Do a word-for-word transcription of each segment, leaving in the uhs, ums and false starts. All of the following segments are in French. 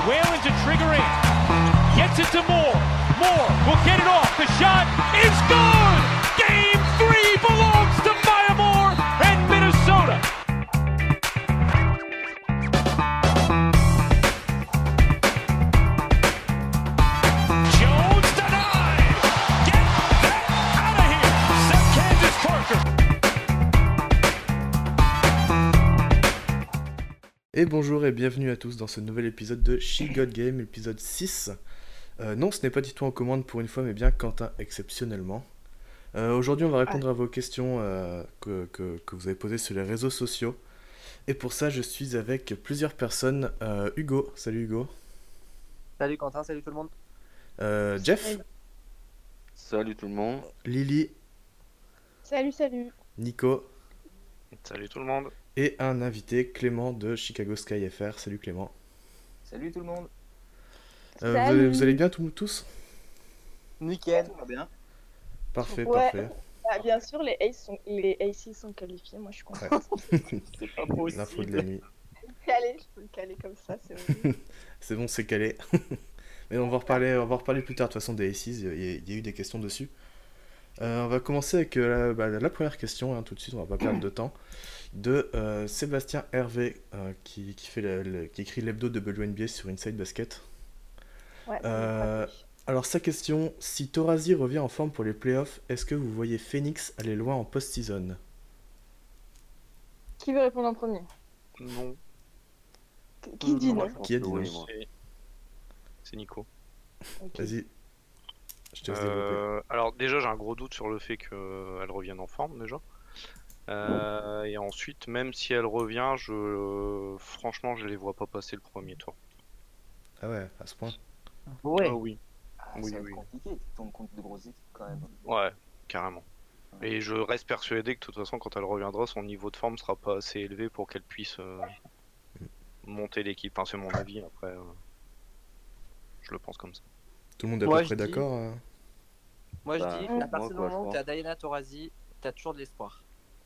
Whalen to trigger in. Gets it to Moore. Moore will get it off. The shot is good. Game three belongs to Maya Moore and Minnesota. Jones denied. Get that out of here. Seth Candace Parker. Et bonjour et bienvenue à tous dans ce nouvel épisode de She Got Game, épisode six. Euh, non, ce n'est pas du tout en commande pour une fois, mais bien Quentin exceptionnellement. Euh, aujourd'hui, on va répondre à vos questions euh, que, que, que vous avez posées sur les réseaux sociaux. Et pour ça, je suis avec plusieurs personnes. Euh, Hugo, salut Hugo. Salut Quentin, salut tout le monde. Euh, Jeff. Salut tout le monde. Lily. Salut, salut. Nico. Salut tout le monde. Et un invité, Clément de Chicago Sky F R. Salut Clément. Salut tout le monde. Euh, vous, Salut. allez, vous allez bien tout- tous? Nickel. Tout va bien. Parfait, Ouais. parfait. Ah, bien sûr, les Aces sont, les Aces sont qualifiés. Moi, je suis contente. C'est pas possible. L'info de la nuit. Allez, je peux le caler comme ça, c'est vrai. C'est bon, c'est calé. Mais on va, reparler, on va reparler plus tard de toute façon des Aces, il y, a- il y a eu des questions dessus. Euh, on va commencer avec euh, la, bah, la première question, hein, tout de suite, on va pas perdre de temps, de euh, Sébastien Hervé, euh, qui, qui, fait le- le- qui écrit l'hebdo de W N B A sur Inside Basket. Ouais, Euh, c'est Alors sa question, si Torazi revient en forme pour les playoffs, est-ce que vous voyez Phoenix aller loin en post-season? Qui veut répondre en premier? Non. Qui dit non? Qui a dit Oui, non? moi. C'est Nico. Ok. Vas-y, je te laisse développer. Euh, alors déjà j'ai un gros doute sur le fait qu'elle revienne en forme déjà. Euh, et ensuite même si elle revient, je franchement je les vois pas passer le premier tour. Ah ouais, à ce point. Ouais. Ah oui, Ah, Oui, ça va oui. être compliqué, tu tombes contre de grosses équipes quand même. ouais, carrément. Et je reste persuadé que de toute façon quand elle reviendra, son niveau de forme sera pas assez élevé pour qu'elle puisse euh, monter l'équipe. Enfin, c'est mon avis, après euh, je le pense comme ça. Tout le monde est à Moi, peu je près dis- d'accord euh Moi je Bah, dis, moi, à partir du quoi, je moment où pense. t'as Diana Taurasi, t'as toujours de l'espoir.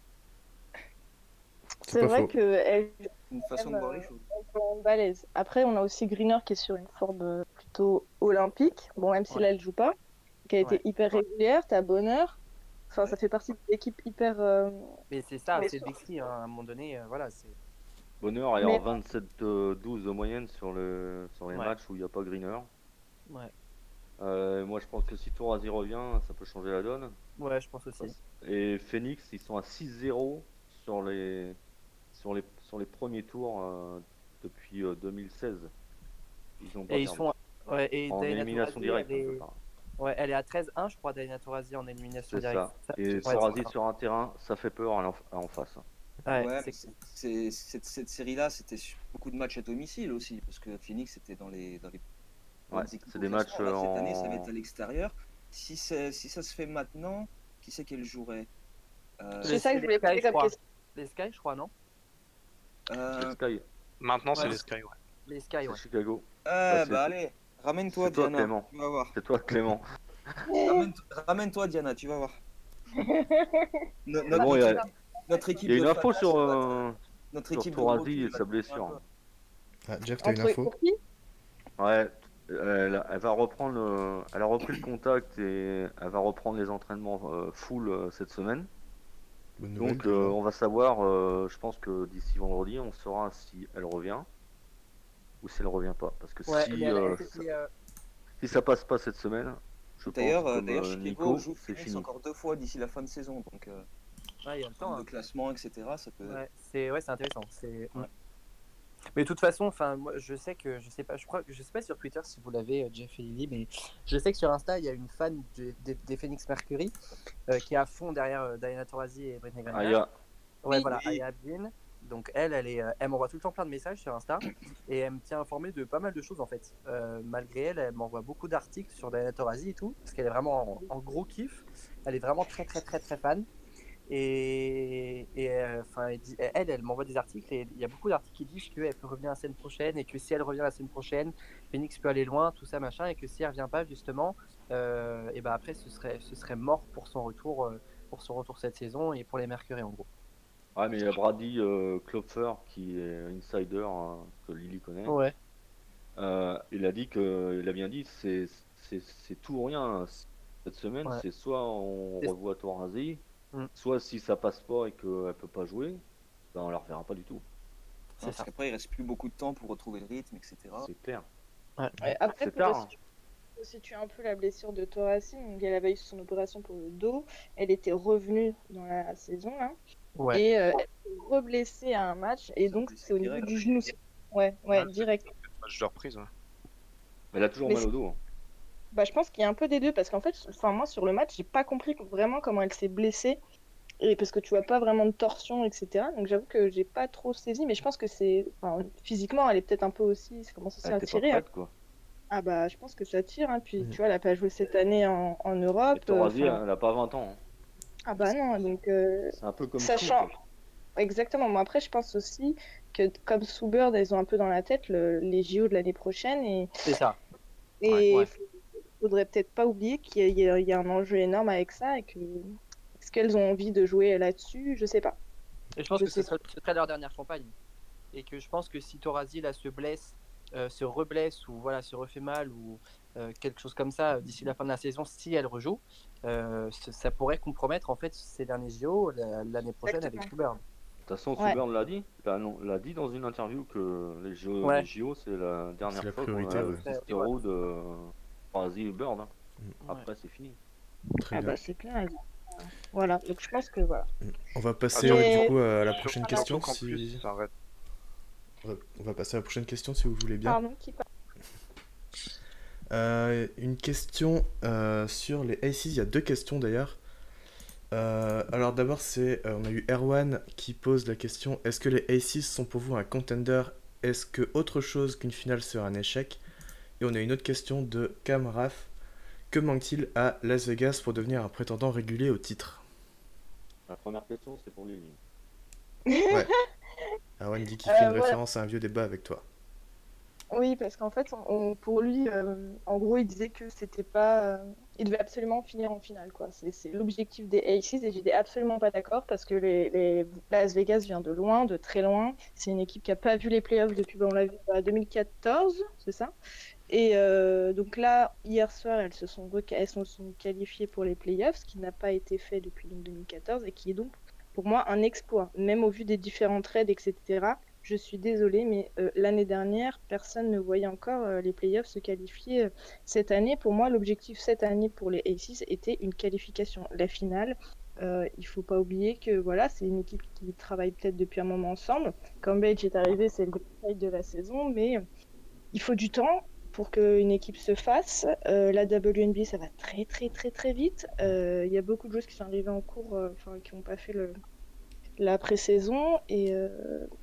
C'est pas vrai faux. qu'elle Une façon de voir les choses. est balèze. Après, on a aussi Greener qui est sur une forme euh, plutôt olympique. Bon, même si Ouais. là, elle joue pas. Qui a été Ouais. hyper régulière. T'as Bonheur. Enfin, ça fait partie de l'équipe hyper. euh, Mais c'est ça, Mais c'est sur- Big Three, hein, à un moment donné, euh, voilà, c'est... Bonheur est Mais- en vingt-sept douze de moyenne sur, le, sur les Ouais. matchs où il n'y a pas Greener. Ouais. Euh, moi je pense que si Torazi revient, ça peut changer la donne. Ouais, je pense aussi. Et Phoenix, ils sont à six zéro sur les, sur les, sur les premiers tours euh, depuis euh, deux mille seize. Ils ont pas Et ils perdu. sont... Ouais, et En Diana élimination Taurasi, directe. elle hein, je est... parle. Ouais, elle est à treize un, je crois, Diana Taurasi en élimination C'est directe. ça. Ça, Et ouais, Torazi c'est- sur un terrain, ça fait peur à l'en- à en face. Ouais, Ouais, c'est- mais c'est- c'est- cette, cette série-là, c'était sur beaucoup de matchs à domicile aussi, parce que Phoenix était dans les, dans les Ouais, bonnes équipes c'est au des classement. matchs, Là, cette euh, année, ça va en- être à l'extérieur. Si, c'est- si ça se fait maintenant, qui c'est qu'elle jouerait euh, C'est ça que je voulais les Sky, poser je comme crois. question. Les Sky, je crois, non? euh, C'est Sky, Maintenant c'est Ouais. les Sky, ouais. Les Sky, c'est ouais. Chicago. ah, Bah, c'est- bah allez, ramène-toi c'est toi, Diana, Clément. tu vas voir. C'est toi Clément. Ramène- Ramène-toi Diana, tu vas voir. No- Mais notre, bon, il y a- équipe, notre équipe Il y a de une info fans, sur, ça va- euh, notre sur équipe de Torazi recul, et va sa te blessure. faire un peu. Ah, Jeff, t'as une Entre info? pour qui? Ouais, elle, elle va reprendre, le- elle a repris le contact et elle va reprendre les entraînements euh, full euh, cette semaine. Bonne nouvelle, Donc euh, Clément. on va savoir, euh, je pense que d'ici vendredi, on saura si elle revient ou si elle revient pas. Parce que Ouais, si, mais elle- euh, elle ça, s'était, euh, si ça passe pas cette semaine, je pense D'ailleurs, euh, comme d'ailleurs, euh, Chicago Nico, joue c'est Phoenix fini. encore deux fois d'ici la fin de saison, donc euh, ouais, il y a le temps. le hein. classement, et cetera. Ça peut. Ouais, c'est ouais, c'est intéressant. C'est Ouais. Mais de toute façon, enfin, moi, je sais que je sais pas, je crois, je sais pas sur Twitter si vous l'avez, euh, Jeff et Lily, mais je sais que sur Insta, il y a une fan de- des- des Phoenix Mercury euh, qui est à fond derrière euh, Diana Taurasi et Brittany Griner. Aya, Ouais, Oui, voilà, oui. Aya Abdin. Donc elle, elle est, euh, elle m'envoie tout le temps plein de messages sur Insta et elle me tient informée de pas mal de choses en fait. Euh, malgré elle, elle m'envoie beaucoup d'articles sur Diana Taurasi et tout, parce qu'elle est vraiment en, en gros kiff. Elle est vraiment très très très très fan. Et, et euh, enfin, elle, dit- elle, elle m'envoie des articles et il y a beaucoup d'articles qui disent qu'elle peut revenir la semaine prochaine et que si elle revient la semaine prochaine, Phoenix peut aller loin, tout ça machin, et que si elle revient pas justement, euh, et ben après ce serait, ce serait mort pour son retour, euh, pour son retour cette saison et pour les Mercury en gros. ouais, mais il y a Brady euh, Klopfer qui est insider hein, que Lily connaît. Ouais. euh, il a dit que, il a bien dit, c'est c'est c'est tout ou rien. Cette semaine, Ouais. c'est soit on C'est- revoit Torazi, Mm. soit si ça passe pas et qu'elle peut pas jouer, ben on la reverra pas du tout. C'est Parce ça. qu'après, il reste plus beaucoup de temps pour retrouver le rythme, et cetera. C'est clair. Ouais, après, C'est pour tard. resituer- pour situer un peu la blessure de Thoracy, donc elle avait eu son opération pour le dos, elle était revenue dans la saison là, Ouais. et euh, elle s'est reblessée à un match, et Ça, donc blessée c'est au niveau direct. du genou. Ouais, ouais, Ouais, direct. Match de reprise. Ouais. Elle a toujours Mais mal au dos. hein. Bah, je pense qu'il y a un peu des deux, parce qu'en fait, enfin, moi sur le match, j'ai pas compris vraiment comment elle s'est blessée, et parce que tu vois pas vraiment de torsion, et cetera. Donc j'avoue que j'ai pas trop saisi, mais je pense que c'est, enfin, physiquement, elle est peut-être un peu aussi, ça commence aussi Elle à était pas tirer. hein. prête, quoi. Ah bah, je pense que ça tire, hein. Puis Mhm. tu vois, elle a pas joué cette année en, en Et Europe. euh, Torazi, enfin, elle a pas vingt ans. hein. Ah bah non, donc euh, C'est un peu comme sachant. Chou, quoi. Exactement. Moi après, je pense aussi que comme Sue Bird, elles ont un peu dans la tête le- les J O de l'année prochaine, et C'est ça. et Ouais. faut- faudrait peut-être pas oublier qu'il y a, il y a- il y a un enjeu énorme avec ça, et que est-ce qu'elles ont envie de jouer là-dessus, je sais pas. Et je pense Je que ce sais serait, ce serait leur dernière campagne. Et que je pense que si Thorazy là se blesse, euh, se reblesse ou voilà se refait mal ou euh, quelque chose comme ça euh, d'ici la fin de la saison, si elle rejoue, euh, ce- ça pourrait compromettre en fait ces derniers J O la- l'année prochaine avec Exactement. Schubert. De toute façon, Ouais. Souburn l'a dit. L'a non- l'a dit dans une interview que les J O, Ouais. les J O, c'est la dernière C'est la fois qu'on priorité, a ouais. le stéro de Torazi et Bird. hein. Ouais. Après, c'est fini. Très Ah bien. bah c'est clair. elles ont- Voilà. Donc je pense que voilà. On va passer Ah, euh, mais- du coup à la prochaine Surtout question. qu'en Si... plus, ça arrête. On va- on va passer à la prochaine question si vous voulez bien. Pardon, qui parle? Euh, une question euh, sur les Aces. Il y a deux questions d'ailleurs. Euh, alors d'abord, c'est euh, on a eu Erwan qui pose la question: est-ce que les Aces sont pour vous un contender? Est-ce que autre chose qu'une finale sera un échec? Et on a une autre question de Cam Raff: que manque-t-il à Las Vegas pour devenir un prétendant régulier au titre? La première question, c'est pour Lily. Ouais. Erwan dit qu'il Euh, fait une voilà. référence à un vieux débat avec toi. Oui, parce qu'en fait, on- on- pour lui, euh, en gros, il disait que c'était pas. euh, il devait absolument finir en finale, quoi. C'est c'est l'objectif des Aces, et j'étais absolument pas d'accord parce que les, les- Las Vegas vient de loin, de très loin. C'est une équipe qui a pas vu les playoffs depuis, ben, on l'a vu, en deux mille quatorze, c'est ça? Et euh, donc là, hier soir, elles se sont, reca- elles se sont qualifiées pour les playoffs, ce qui n'a pas été fait depuis donc, deux mille quatorze, et qui est donc pour moi un exploit, même au vu des différents trades, et cetera. Je suis désolée, mais euh, l'année dernière, personne ne voyait encore euh, les playoffs se qualifier. euh, Cette année, pour moi, l'objectif cette année pour les Aces était une qualification. La finale, euh, il faut pas oublier que voilà, c'est une équipe qui travaille peut-être depuis un moment ensemble. Quand Cambage est arrivé, c'est le grand fight de la saison, mais euh, il faut du temps pour qu'une équipe se fasse. Euh, la W N B A, ça va très très très très vite. Euh, Il y a beaucoup de joueurs qui sont arrivés en cours, euh, enfin qui n'ont pas fait le, la pré-saison, et euh,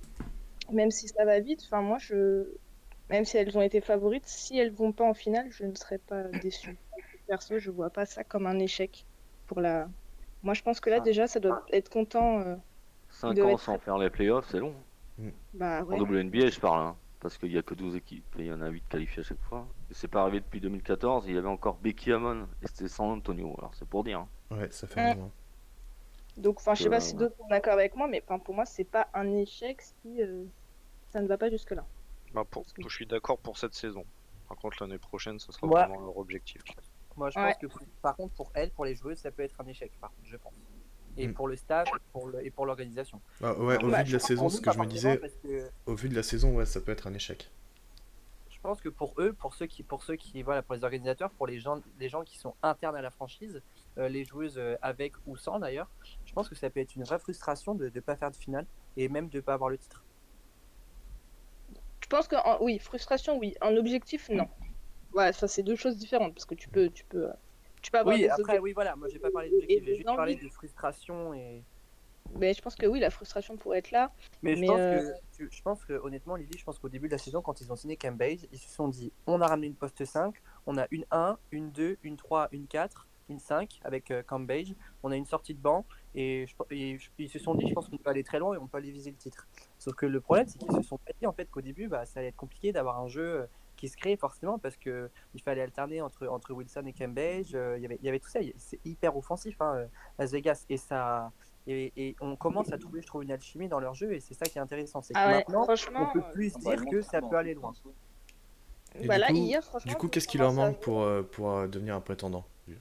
même si ça va vite, enfin moi je, même si elles ont été favorites, si elles vont pas en finale, je ne serais pas déçue. Perso, je vois pas ça comme un échec pour la. Moi, je pense que là Ça- déjà, ça doit être content. euh, cinq doit ans être sans très- faire les playoffs, c'est long. Bah ouais. En W N B A, je parle, hein, parce qu'il n'y a que douze équipes et il y en a huit qualifiées à chaque fois. Et c'est pas arrivé depuis deux mille quatorze, il y avait encore Becky Hammon et c'était San Antonio. Alors c'est pour dire. hein. Ouais, ça fait Mm. un moment. Donc, enfin, je sais Euh, pas si d'autres sont d'accord avec moi, mais enfin, pour moi, c'est pas un échec si euh, ça ne va pas jusque là. Bah, pour... Je suis d'accord pour cette saison. Par contre, l'année prochaine, ce sera Ouais. vraiment leur objectif. Moi, je Ouais. pense que pour- par contre, pour elles, pour les joueuses, ça peut être un échec, par contre, je pense. Et Mm. pour le staff pour le... et pour l'organisation. Ah, ouais, au Bah, vu de la je- saison, pour ce nous, que pas je me forcément, disais, parce que au vu de la saison, ouais, ça peut être un échec. je pense que pour eux, pour ceux qui, pour ceux qui, voilà, pour les organisateurs, pour les gens, les gens qui sont internes à la franchise, euh, les joueuses euh, avec ou sans d'ailleurs, je pense que ça peut être une vraie frustration de ne pas faire de finale et même de ne pas avoir le titre. Je pense que en- oui, frustration, oui. Un objectif, non. Ouais, ça c'est deux choses différentes parce que tu peux, tu peux, euh, tu peux avoir Oui, des après, objectifs. oui, voilà, moi j'ai pas parlé d'objectif, Et j'ai des juste parlé envies. de frustration et. Mais je pense que oui, la frustration pourrait être là. Mais je Mais, pense euh, que, tu- je pense que honnêtement, Lily, je pense qu'au début de la saison, quand ils ont signé Cambage, ils se sont dit, on a ramené une poste cinq, on a une un, une deux, une trois, une quatre, une cinq avec euh, Cambage, on a une sortie de banc et, je- et je- ils se sont dit, je pense qu'on peut aller très loin et on peut aller viser le titre. Sauf que le problème, c'est qu'ils se sont pas dit en fait qu'au début, bah, ça allait être compliqué d'avoir un jeu euh, qui se crée forcément parce que il fallait alterner entre, entre Wilson et Cambage. euh, il y avait- il y avait tout ça. il- C'est hyper offensif, hein, euh, Las Vegas, et ça. Et, et on commence à trouver, je trouve, une alchimie dans leur jeu, et c'est ça qui est intéressant. C'est que Ah ouais, maintenant, franchement, on peut plus Ah bah, dire elles que montrent ça vraiment peut en aller tout loin. temps, Et Bah du là, coup, hier, franchement, du coup, ça qu'est-ce qui leur commence à manque pour, euh, pour euh, devenir un prétendant,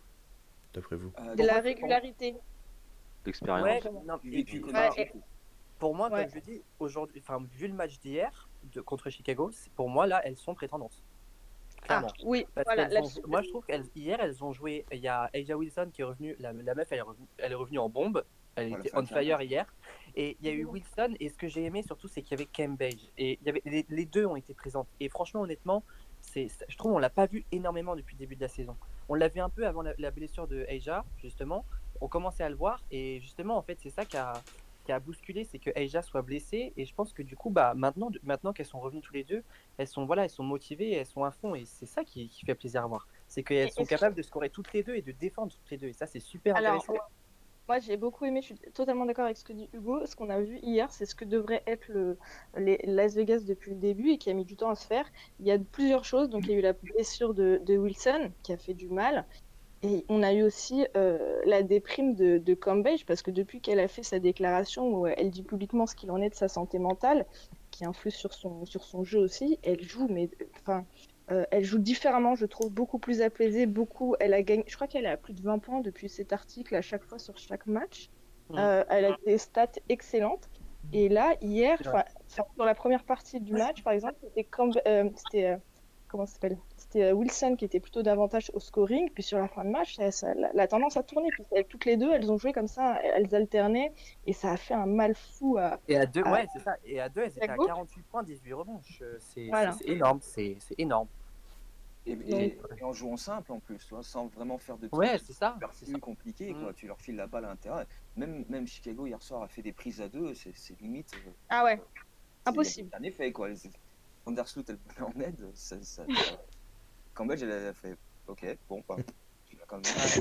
d'après vous? Euh, de la moi, régularité. Ouais, L'expérience. Vraiment. non, du et vécu puis, Ouais, enfin, collectif. pour moi, Ouais. comme je dis, aujourd'hui, enfin, vu le match d'hier de, contre Chicago, c'est- pour moi, là, elles sont prétendantes. Ah, Clairement. oui, Parce voilà, qu'elles ont, là-dessus. moi, je trouve qu'hier, elles ont joué. Il y a Aja Wilson qui est revenue. La, la meuf, elle est, revenue, elle est revenue en bombe. Elle Voilà, était fin on de fire carrière. hier. Et il y a eu Wilson. Et ce que j'ai aimé surtout, c'est qu'il y avait Cambage. Et il y avait, les, les deux ont été présentes. Et franchement, honnêtement, c'est, c'est- je trouve on l'a pas vu énormément depuis le début de la saison. On l'a vu un peu avant la, la blessure de Aja, justement. On commençait à le voir. Et justement, en fait, c'est ça qui a, qui a bousculé, c'est que Aja soit blessée. Et je pense que du coup, bah, maintenant, maintenant qu'elles sont revenues tous les deux, elles sont, voilà, elles sont motivées, elles sont à fond. Et c'est ça qui, qui fait plaisir à voir. C'est qu'elles Et- sont et- capables de scorer toutes les deux et de défendre toutes les deux. Et ça, c'est super Alors, intéressant. moi, j'ai beaucoup aimé, je suis totalement d'accord avec ce que dit Hugo. Ce qu'on a vu hier, c'est ce que devrait être le, les, Las Vegas depuis le début et qui a mis du temps à se faire. Il y a plusieurs choses. Donc, il y a eu la blessure de, de Wilson qui a fait du mal. Et on a eu aussi euh, la déprime de, de Cambage parce que depuis qu'elle a fait sa déclaration où elle dit publiquement ce qu'il en est de sa santé mentale, qui influe sur son, sur son jeu aussi, elle joue, mais enfin, euh, elle joue différemment, je trouve, beaucoup plus apaisée, beaucoup. Elle a gagné, je crois qu'elle a plus de vingt points depuis cet article à chaque fois sur chaque match. Mm. Euh, elle a des stats excellentes. Et là, hier, C'est vrai. enfin, dans la première partie du match, par exemple, c'était Camb- euh, c'était, euh, comment ça s'appelle? C'était euh, Wilson qui était plutôt davantage au scoring. Puis sur la fin de match, ça, ça- la, la tendance a tourné. Puis elles- toutes les deux, elles ont joué comme ça, elles alternaient. Et ça a fait un mal fou à, Et à deux, à- ouais, c'est ça. Et à deux, elles étaient à Chicago. quarante-huit points, dix-huit rebonds. Je- C'est Voilà. c'est- c'est énorme. C'est c'est énorme. Et, Donc- et- et en jouant simple en plus, tu vois, sans vraiment faire de trucs Ouais, c'est ça. super c'est plus ça. compliqués, Mm. quoi. Tu leur files la balle à l'intérieur. Même, même Chicago hier soir a fait des prises à deux, c'est c'est limite. euh, Ah ouais, c'est- impossible. il y a un effet, quoi. Les- Vandersloot, elle met en aide. Ça, ça... Cambage, elle a fait ok, bon, bah, tu l'as quand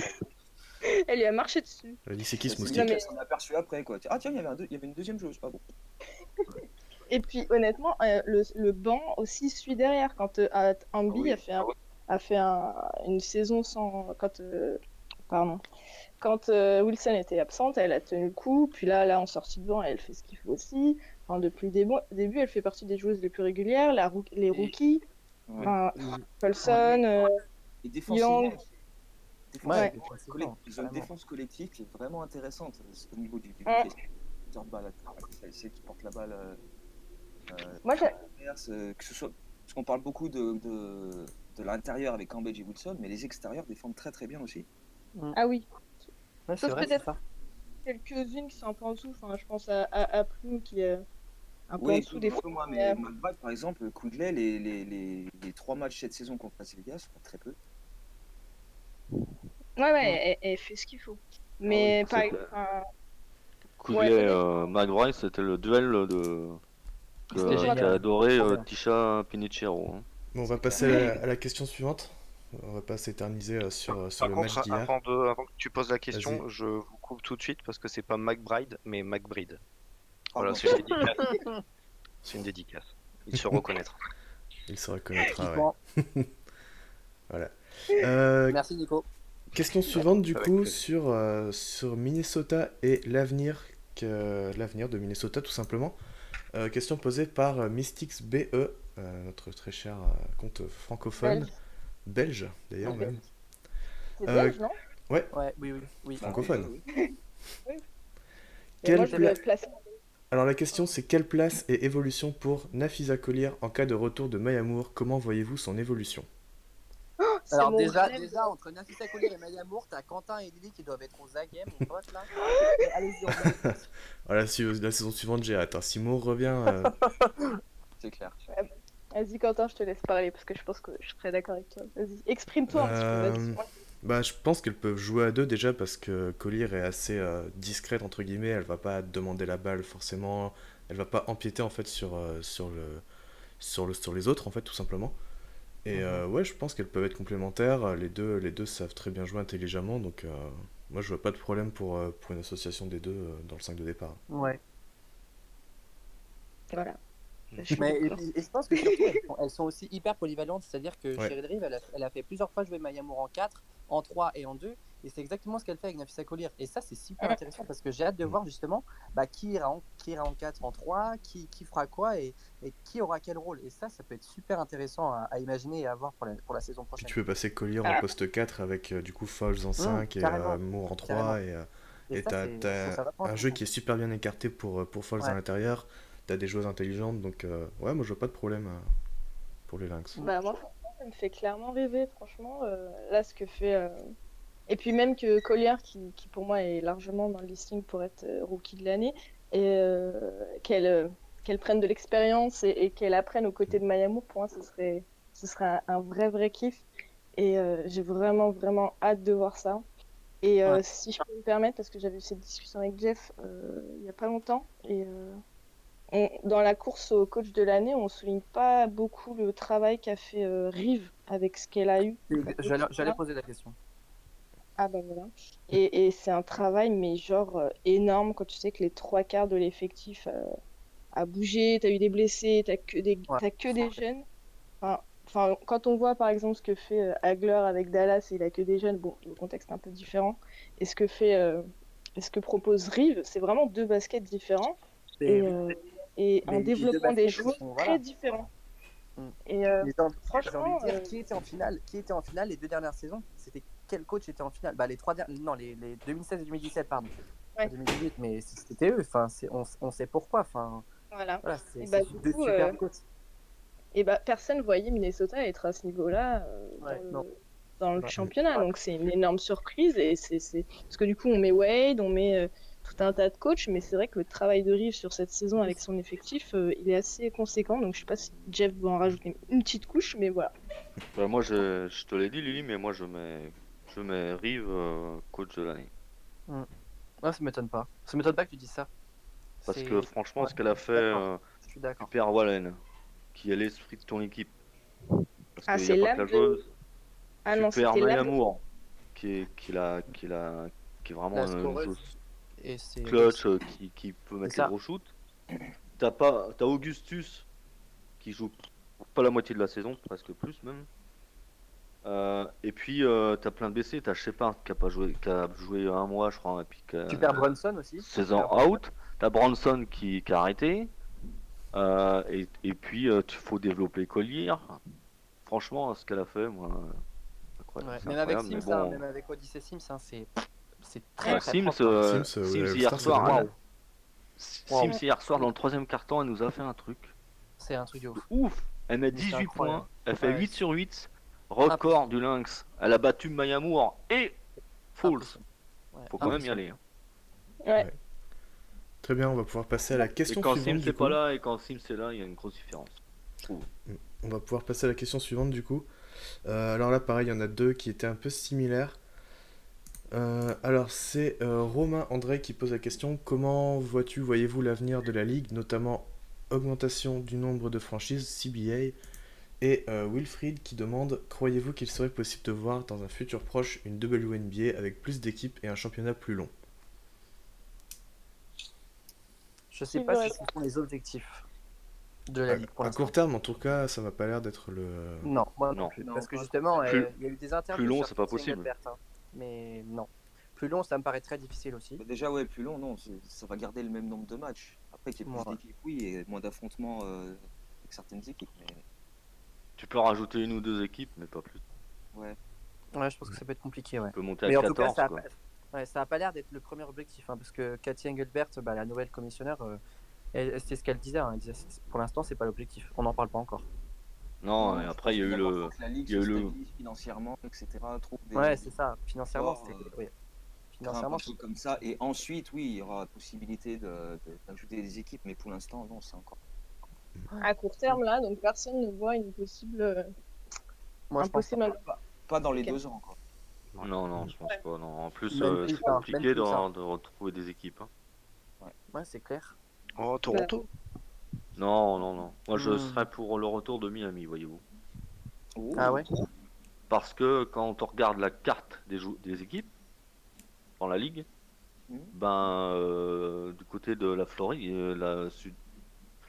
même. Elle lui a marché dessus. Elle a dit c'est qui ce C'est moustique? limite mais- qu'elle s'en est aperçue après, quoi. Ah tiens, il y avait, un deux- il y avait une deuxième joueuse. Ah bon. Et puis honnêtement, euh, le, le banc aussi suit derrière. Quand euh, Ah Ambi oui. a fait, un- a fait un- une saison sans. Quand, euh, pardon. Quand euh, Wilson était absente, elle a tenu le coup. Puis là, là en sortie de banc, elle fait ce qu'il faut aussi. Enfin, depuis le début, début, elle fait partie des joueuses les plus régulières. La, roo- les rookies, Ouais. enfin, Paulson, euh, Et défensivement, Young. aussi. Ouais, Défensivement, défensivement, colle- ils ont une carrément. défense collective qui est vraiment intéressante euh, au niveau du, du Ouais. gestion de balle. C'est celle qui porte la balle. Euh, euh, moi, j'ai- inverse, euh, que ce soit, parce qu'on parle beaucoup de, de, de l'intérieur avec Cambage et Wilson, mais les extérieurs défendent très très bien aussi. ah oui, Ouais, c'est Sauf vrai, c'est peut-être- ça. quelques-unes qui sont un peu en dessous. Enfin, je pense à, à, à Plume qui est un peu en Oui, dessous des fois. moi, mais, mais euh, McBride, par exemple, Kudley, les, les, les, les trois matchs cette saison contre Las Vegas, enfin, très peu. Ouais, ouais, elle, elle fait ce qu'il faut. Mais oui, par c'est exemple, enfin, Couglet, Ouais, peut-être. euh, McBride, c'était le duel de que- C'était génial. qu'a adoré euh, Ouais. Tisha Pinichero. hein. Bon, on va passer à la, à la question suivante. On va pas s'éterniser euh, sur, euh, sur Par le contre, match d'hier. avant, de, avant que tu poses la question, Vas-y. je vous coupe tout de suite parce que c'est pas McBride, mais McBride. Pardon. Voilà, c'est une dédicace. C'est une dédicace. Il se reconnaîtra. Il se reconnaîtra, ouais. Bon, Voilà. Euh, merci Nico. question suivante, du avec coup, plaisir. sur, euh, sur Minnesota et l'avenir que l'avenir de Minnesota, tout simplement. Euh, question posée par euh, Mystics B E, euh, notre très cher euh, compte francophone, Belge. belge d'ailleurs Ok. même. C'est Euh, belge, non? Ouais, oui, oui, oui. Francophone. Mais Quelle moi, je pla- le place. Alors la question c'est quelle place et évolution pour Nafisa Collier en cas de retour de Mayamour? Comment voyez-vous son évolution? C'est Alors mon déjà, rêve. déjà entre Nafisa Collier et Maya Moore, t'as Quentin et Lily qui doivent être aux aguets, mon pote là. Allez-y, on y va. Voilà, si, la saison suivante j'ai hâte. hein. Si Moore revient, euh, C'est clair. Vas-y, Quentin, je te laisse parler parce que je pense que je serais d'accord avec toi. Vas-y, exprime-toi un petit peu. Euh, Vas-y. bah, je pense qu'elles peuvent jouer à deux déjà parce que Collier est assez euh, discrète entre guillemets. Elle va pas demander la balle forcément. Elle va pas empiéter en fait sur, euh, sur, le, sur, le, sur les autres en fait tout simplement. Et euh, ouais, je pense qu'elles peuvent être complémentaires. Les deux, les deux savent très bien jouer intelligemment. Donc euh, moi je vois pas de problème pour, euh, pour une association des deux euh, dans le cinq de départ. Ouais. Voilà. Mais, et, puis- et je pense que surtout, elles sont, elles sont aussi hyper polyvalentes. C'est-à-dire que Ouais. Cheryl Reeve, elle a, elle a fait plusieurs fois jouer Maya Moore en quatre, en trois et en deux. Et c'est exactement ce qu'elle fait avec Nafisa Collier. Et ça, c'est super Ouais. intéressant parce que j'ai hâte de voir justement bah, qui, ira en, qui ira en quatre, en trois, qui, qui fera quoi et, et qui aura quel rôle. Et ça, ça peut être super intéressant à, à imaginer et à voir pour la, pour la saison Puis prochaine. tu peux passer Collier en Ah. poste quatre avec euh, du coup Fowles en cinq et carrément. euh, Moore en Carrément. trois. Et euh, Et et ça, t'as c'est- t'as ça va pas un jeu qui est super bien écarté pour, euh, pour Fowles Ouais. à l'intérieur. T'as des joueuses intelligentes, donc euh, ouais, moi je vois pas de problème euh, pour les Lynx. Bah moi franchement ça me fait clairement rêver franchement euh, là ce que fait euh, et puis même que Collier qui, qui pour moi est largement dans le listing pour être euh, rookie de l'année et euh, qu'elle euh, qu'elle prenne de l'expérience et, et qu'elle apprenne aux côtés de Maya Moore, pour moi ce serait ce serait un, un vrai vrai kiff et euh, j'ai vraiment vraiment hâte de voir ça et euh, Ouais. si je peux me permettre parce que j'avais eu cette discussion avec Jeff euh, il y a pas longtemps et euh, on- dans la course au coach de l'année, on souligne pas beaucoup le travail qu'a fait euh, Reeve avec ce qu'elle a eu. J'allais j'allais poser la question. Ah bah voilà. Et, et c'est un travail, mais genre euh, énorme quand tu sais que les trois quarts de l'effectif euh, a bougé, t'as eu des blessés, t'as que des, Ouais. t'as que des jeunes. Enfin, enfin, quand on voit par exemple ce que fait euh, Hagler avec Dallas et il a que des jeunes, bon, le contexte est un peu différent. Et ce que fait, euh, et ce que propose Reeve, c'est vraiment deux baskets différents. Et, Et, euh, et mais un les deux développement des baskets, ils joueurs sont- très voilà. différent. Mm. Et euh, Mais j'ai envie- j'ai envie franchement, de dire, euh, qui était en finale Qui était en finale les deux dernières saisons C'était quel coach était en finale Bah les trois dernières, non les, les deux mille seize et deux mille dix-sept pardon. Ouais. Pas deux mille dix-huit, mais c'était eux. Enfin, c'est, on, on sait pourquoi. Enfin, voilà. voilà, c'est, Et bah, c'est du deux coup, super euh, coachs. et bah, personne voyait Minnesota être à ce niveau-là euh, Ouais, dans le, non. dans le Ouais. championnat. Donc c'est une énorme surprise. Et c'est, c'est... Parce que du coup, on met Wade, on met euh, tout un tas de coachs, mais c'est vrai que le travail de Reeve sur cette saison avec son effectif, euh, il est assez conséquent. Donc je sais pas si Jeff va en rajouter une petite couche, mais voilà. Bah, moi, je, je te l'ai dit, Lily, mais moi, je mets, je mets Reeve euh, coach de l'année. Ouais, ça m'étonne pas. Ça m'étonne pas que tu dises ça. Parce C'est- que franchement, ouais, ce qu'elle a je suis fait, d'accord. euh, Je suis tu d'accord. perds Wallen, qui est l'esprit de ton équipe. Parce Ah, qu'il c'est n'y a pas l'âme que la de- joueuse. Ah tu non, perds c'était Maya l'âme. Moore, qui est, qui, la, qui, la, qui est vraiment La une scoreuse. joueuse Et c'est clutch euh, qui, qui peut mettre C'est ça. les gros shoots. T'as pas, t'as Augustus qui joue pas la moitié de la saison, presque plus même. Euh, et puis euh, t'as plein de blessés. T'as Shepard qui a pas joué, qui a joué un mois, je crois, et puis qui a Tu perds Brunson aussi. seize ans out. T'as Bronson qui, qui a arrêté. Euh, et, et puis il faut développer Collier. Franchement, ce qu'elle a fait, moi, incroyable. Ouais. c'est Même avec incroyable, Sims, mais hein, bon. même avec Odyssey Sims, hein, c'est c'est très Ouais, très Sims, propre. euh, Sims, euh, Sims ouais, hier All-Star, soir, c'est là, dingue. Wow. Sims hier soir dans le troisième carton, elle nous a fait un truc C'est un truc de ouf. ouf. Elle met Mais c'est dix-huit incroyable. points, elle fait Ouais. huit sur huit, record du Lynx. Elle a battu Maya Moore et Falls. Impressionnant. Ouais, Faut quand même y impressionnant. aller. hein. Ouais. Très bien, on va pouvoir passer à la question Et quand suivante. Sims du est coup. pas là et quand Sims est là, il y a une grosse différence. Je trouve. On va pouvoir passer à la question suivante du coup. Euh, alors là, pareil, il y en a deux qui étaient un peu similaires. Euh, alors c'est euh, Romain André qui pose la question: comment vois-tu, voyez-vous l'avenir de la ligue, notamment augmentation du nombre de franchises C B A? Et euh, Wilfried qui demande: croyez-vous qu'il serait possible de voir dans un futur proche une W N B A avec plus d'équipes et un championnat plus long? Je sais Qui pas veut si répondre ce sont les objectifs de la À, ligue pour à l'instant. court terme, en tout cas, ça m'a pas l'air d'être le. Non, moi non, Non. plus. Non, Parce que pas justement, plus- euh, il y a eu des interviews. plus long, sur c'est pas Katie possible. Engelbert, hein. Mais non. Plus long, ça me paraît très difficile aussi. Bah, déjà, ouais, plus long, non, c'est- ça va garder le même nombre de matchs. Après, qu'il y ait plus Ouais. d'équipes, oui, et moins d'affrontements euh, avec certaines équipes. Mais Tu peux rajouter une ou deux équipes, mais pas plus. ouais, Ouais, je pense que ça peut être compliqué, ouais. Tu peux monter Mais à en tout cas, quatorze. ça a, quoi. pas... ouais, ça a pas l'air d'être le premier objectif, hein, parce que Cathy Engelbert, bah, la nouvelle commissionnaire, euh, elle- c'est ce qu'elle disait. Hein, elle disait c'est- pour l'instant, c'est pas l'objectif. On n'en parle pas encore. Non, et je après il y a pense eu d'abord, le. faut que la ligue il y a se eu le- stabilise financièrement, et cetera. Trouve des, Ouais, c'est ça. Financièrement, Or, c'est. euh, Oui. faire un Financièrement, peu comme ça. Et ensuite, oui, il y aura la possibilité de- de- d'ajouter des équipes, mais pour l'instant, non, c'est encore. À court terme, là, donc personne ne voit une possible. euh, moi, je pense impossible. Pas dans les Ok. deux ans encore. Non, non, je pense Ouais. pas. Non. En plus, Même euh, plus, c'est hein, compliqué même plus, de, hein. de retrouver des équipes. hein. pas. Ouais, c'est clair. Oh, Toronto. Non, non, non. Moi, je Hmm. serais pour le retour de Miami, voyez-vous. Oh, Ah ouais. Parce que quand on regarde la carte des, jou- des équipes dans la ligue, Mhm. ben euh, du côté de la Floride, euh, la sud,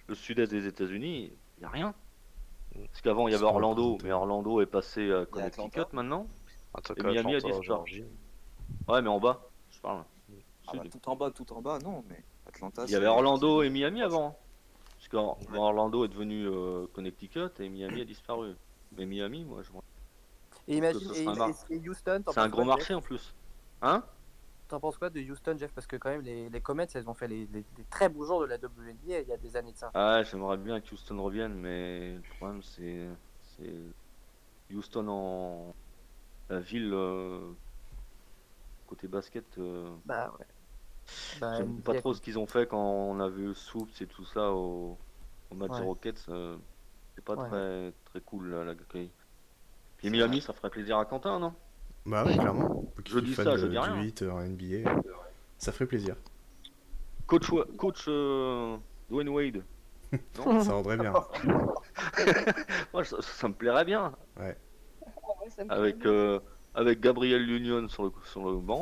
le sud-est des États-Unis, il n'y a rien. Parce qu'avant, il y avait C'est pas Orlando, représenté. mais Orlando est passé à Il y a Connecticut Atlanta. maintenant. Atlanta, Et Miami a Atlanta, disparu. Géorgie. Ouais, mais en bas, je parle. Ah Sud. bah, tout en bas, tout en bas, non, mais Atlanta. Il y avait c'est- Orlando c'est- et Miami avant. Parce qu'Orlando est devenu euh, Connecticut et Miami a disparu. Mais Miami, moi, je vois. Et imagine, ce et, sera un mar- et- et Houston, t'en C'est un penses gros quoi, marché Jeff en plus. Hein? T'en penses quoi de Houston, Jeff? Parce que quand même, les, les Comets, elles ont fait les, les- les très beaux jours de la W N B A il y a des années de ça. Ah, j'aimerais bien que Houston revienne, mais le problème, c'est. c'est Houston en. La ville. euh, Côté basket. euh, Bah ouais. Bah, J'aime N B A, pas trop quoi. ce qu'ils ont fait quand on a vu Soups et tout ça au, au match Ouais. des Rockets. euh, C'est pas Ouais. très, très cool là, l'accueil. Puis Miami, ça ferait plaisir à Quentin, non? Bah ouais, clairement. Je dis Fan ça, de- je dis du rien. huit en N B A, ça ferait plaisir. Coach, Wa- coach euh, Dwayne Wade. Non Ça rendrait bien. Moi, ça, ça me plairait bien. Ouais, ça me Avec, plaît. euh, avec Gabriel Union sur le, sur le banc.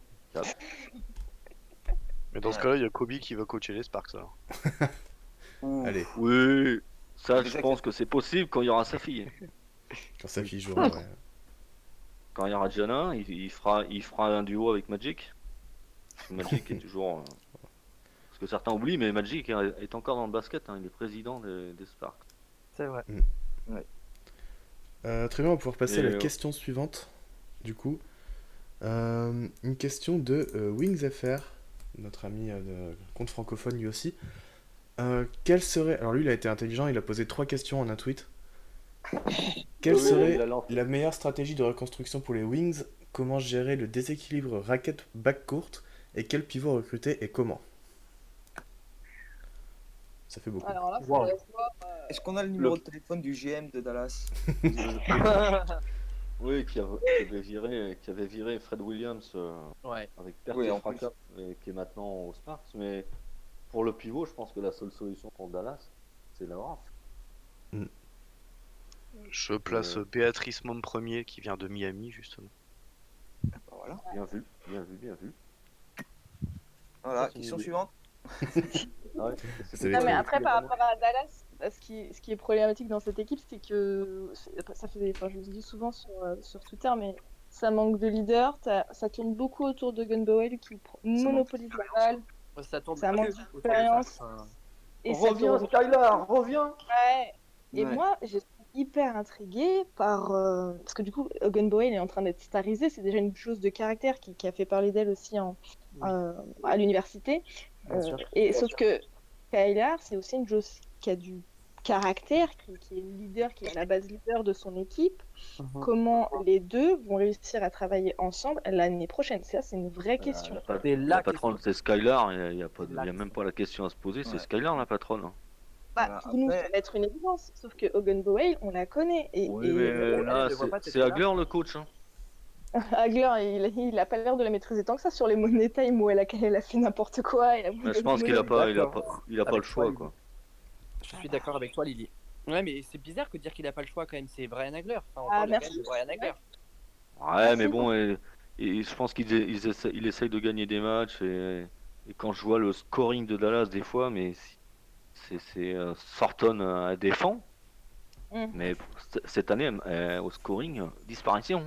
Mais dans ce cas-là, il y a Kobe qui va coacher les Sparks alors. Ouh. Allez, Oui, ça, je Déjà pense que c'est possible quand il y aura sa fille. quand sa fille jouera, ouais. Quand il y aura Gianna, il, il fera, il fera un duo avec Magic. Parce que Magic est toujours. euh, Parce que certains oublient, mais Magic est est encore dans le basket. Hein, il est président des, des Sparks. C'est vrai. Euh, très bien, on va pouvoir passer Et à la euh, question suivante. Du coup, Euh, une question de euh, Wings F R, notre ami euh, de compte francophone lui aussi. Euh, quelle serait. Alors lui, il a été intelligent, il a posé trois questions en un tweet. Quelle Oui, serait il a lancé. la meilleure stratégie de reconstruction pour les Wings? Comment gérer le déséquilibre racket backcourt? Et quel pivot recruter et comment? Ça fait beaucoup. Alors là, Wow. faudrait voir, euh, Est-ce qu'on a le numéro de téléphone du G M de Dallas? Oui, qui, a- qui avait viré, qui avait viré Fred Williams euh, Ouais. avec perte Oui, et en fracas, et qui est maintenant aux Sparks. Mais pour le pivot, je pense que la seule solution pour Dallas, c'est la draft. Je place Euh. Béatrice Mom premier qui vient de Miami justement. Bah, voilà. Bien vu, bien vu, bien vu. Voilà, Ça, c'est question une idée. suivante. Ah ouais, C'est Non, les mais trucs. après, par rapport à Dallas, ce qui, ce qui est problématique dans cette équipe, c'est que c'est- ça fait, enfin, je le dis souvent sur, euh, sur Twitter, mais ça manque de leader. t'as- Ça tourne beaucoup autour de Gun Bowell qui pr- monopolise la balle. Ça tourne Ça que manque autour de ça. d'expérience. Enfin, Et ça Reviens, tourne- Skylar, reviens. Ouais. Et Ouais. moi, je suis hyper intriguée par. euh, Parce que du coup, Gun Bowell est en train d'être starisée. C'est déjà une chose de caractère qui, qui a fait parler d'elle aussi en, Oui. euh, à l'université. bien Euh, sûr. et sauf que Skylar, c'est aussi une chose qui a du caractère, qui, qui est le leader, qui est la base leader de son équipe. Mhm. Comment les deux vont réussir à travailler ensemble l'année prochaine? Ça, c'est une vraie question. La, pat- C'est la la patronne, question. c'est Skylar. Il n'y a, pas de- La y a même pas la question à se poser. C'est Ouais. Skylar, la patronne. hein. Bah, Voilà, pour nous, après- ça va être une évidence. Sauf que Hogan Bowell, on la connaît. Et, Oui, et- mais elle, là, elle le voit c'est- pas, cette c'est fois-là. Hagler le coach. hein. Hagler, il, il a pas l'air de la maîtriser tant que ça sur les money time où elle a, elle a fait n'importe quoi. Et Mais je pense qu'il a pas, il a D'accord. pas, il a pas Avec le choix, toi, quoi. Je suis d'accord avec toi, Lily. Ouais, mais c'est bizarre que dire qu'il a pas le choix quand même. C'est Brian Hagler. Enfin, on Ah, parle merci. quand même de Brian Hagler. Ouais, mais si, bon, et, et je pense qu'il il essaie, il essaye de gagner des matchs. Et, et quand je vois le scoring de Dallas, des fois, mais si- c'est c'est, euh, Thornton euh, défend. Mm. Mais c- cette année, euh, au scoring, euh, disparition.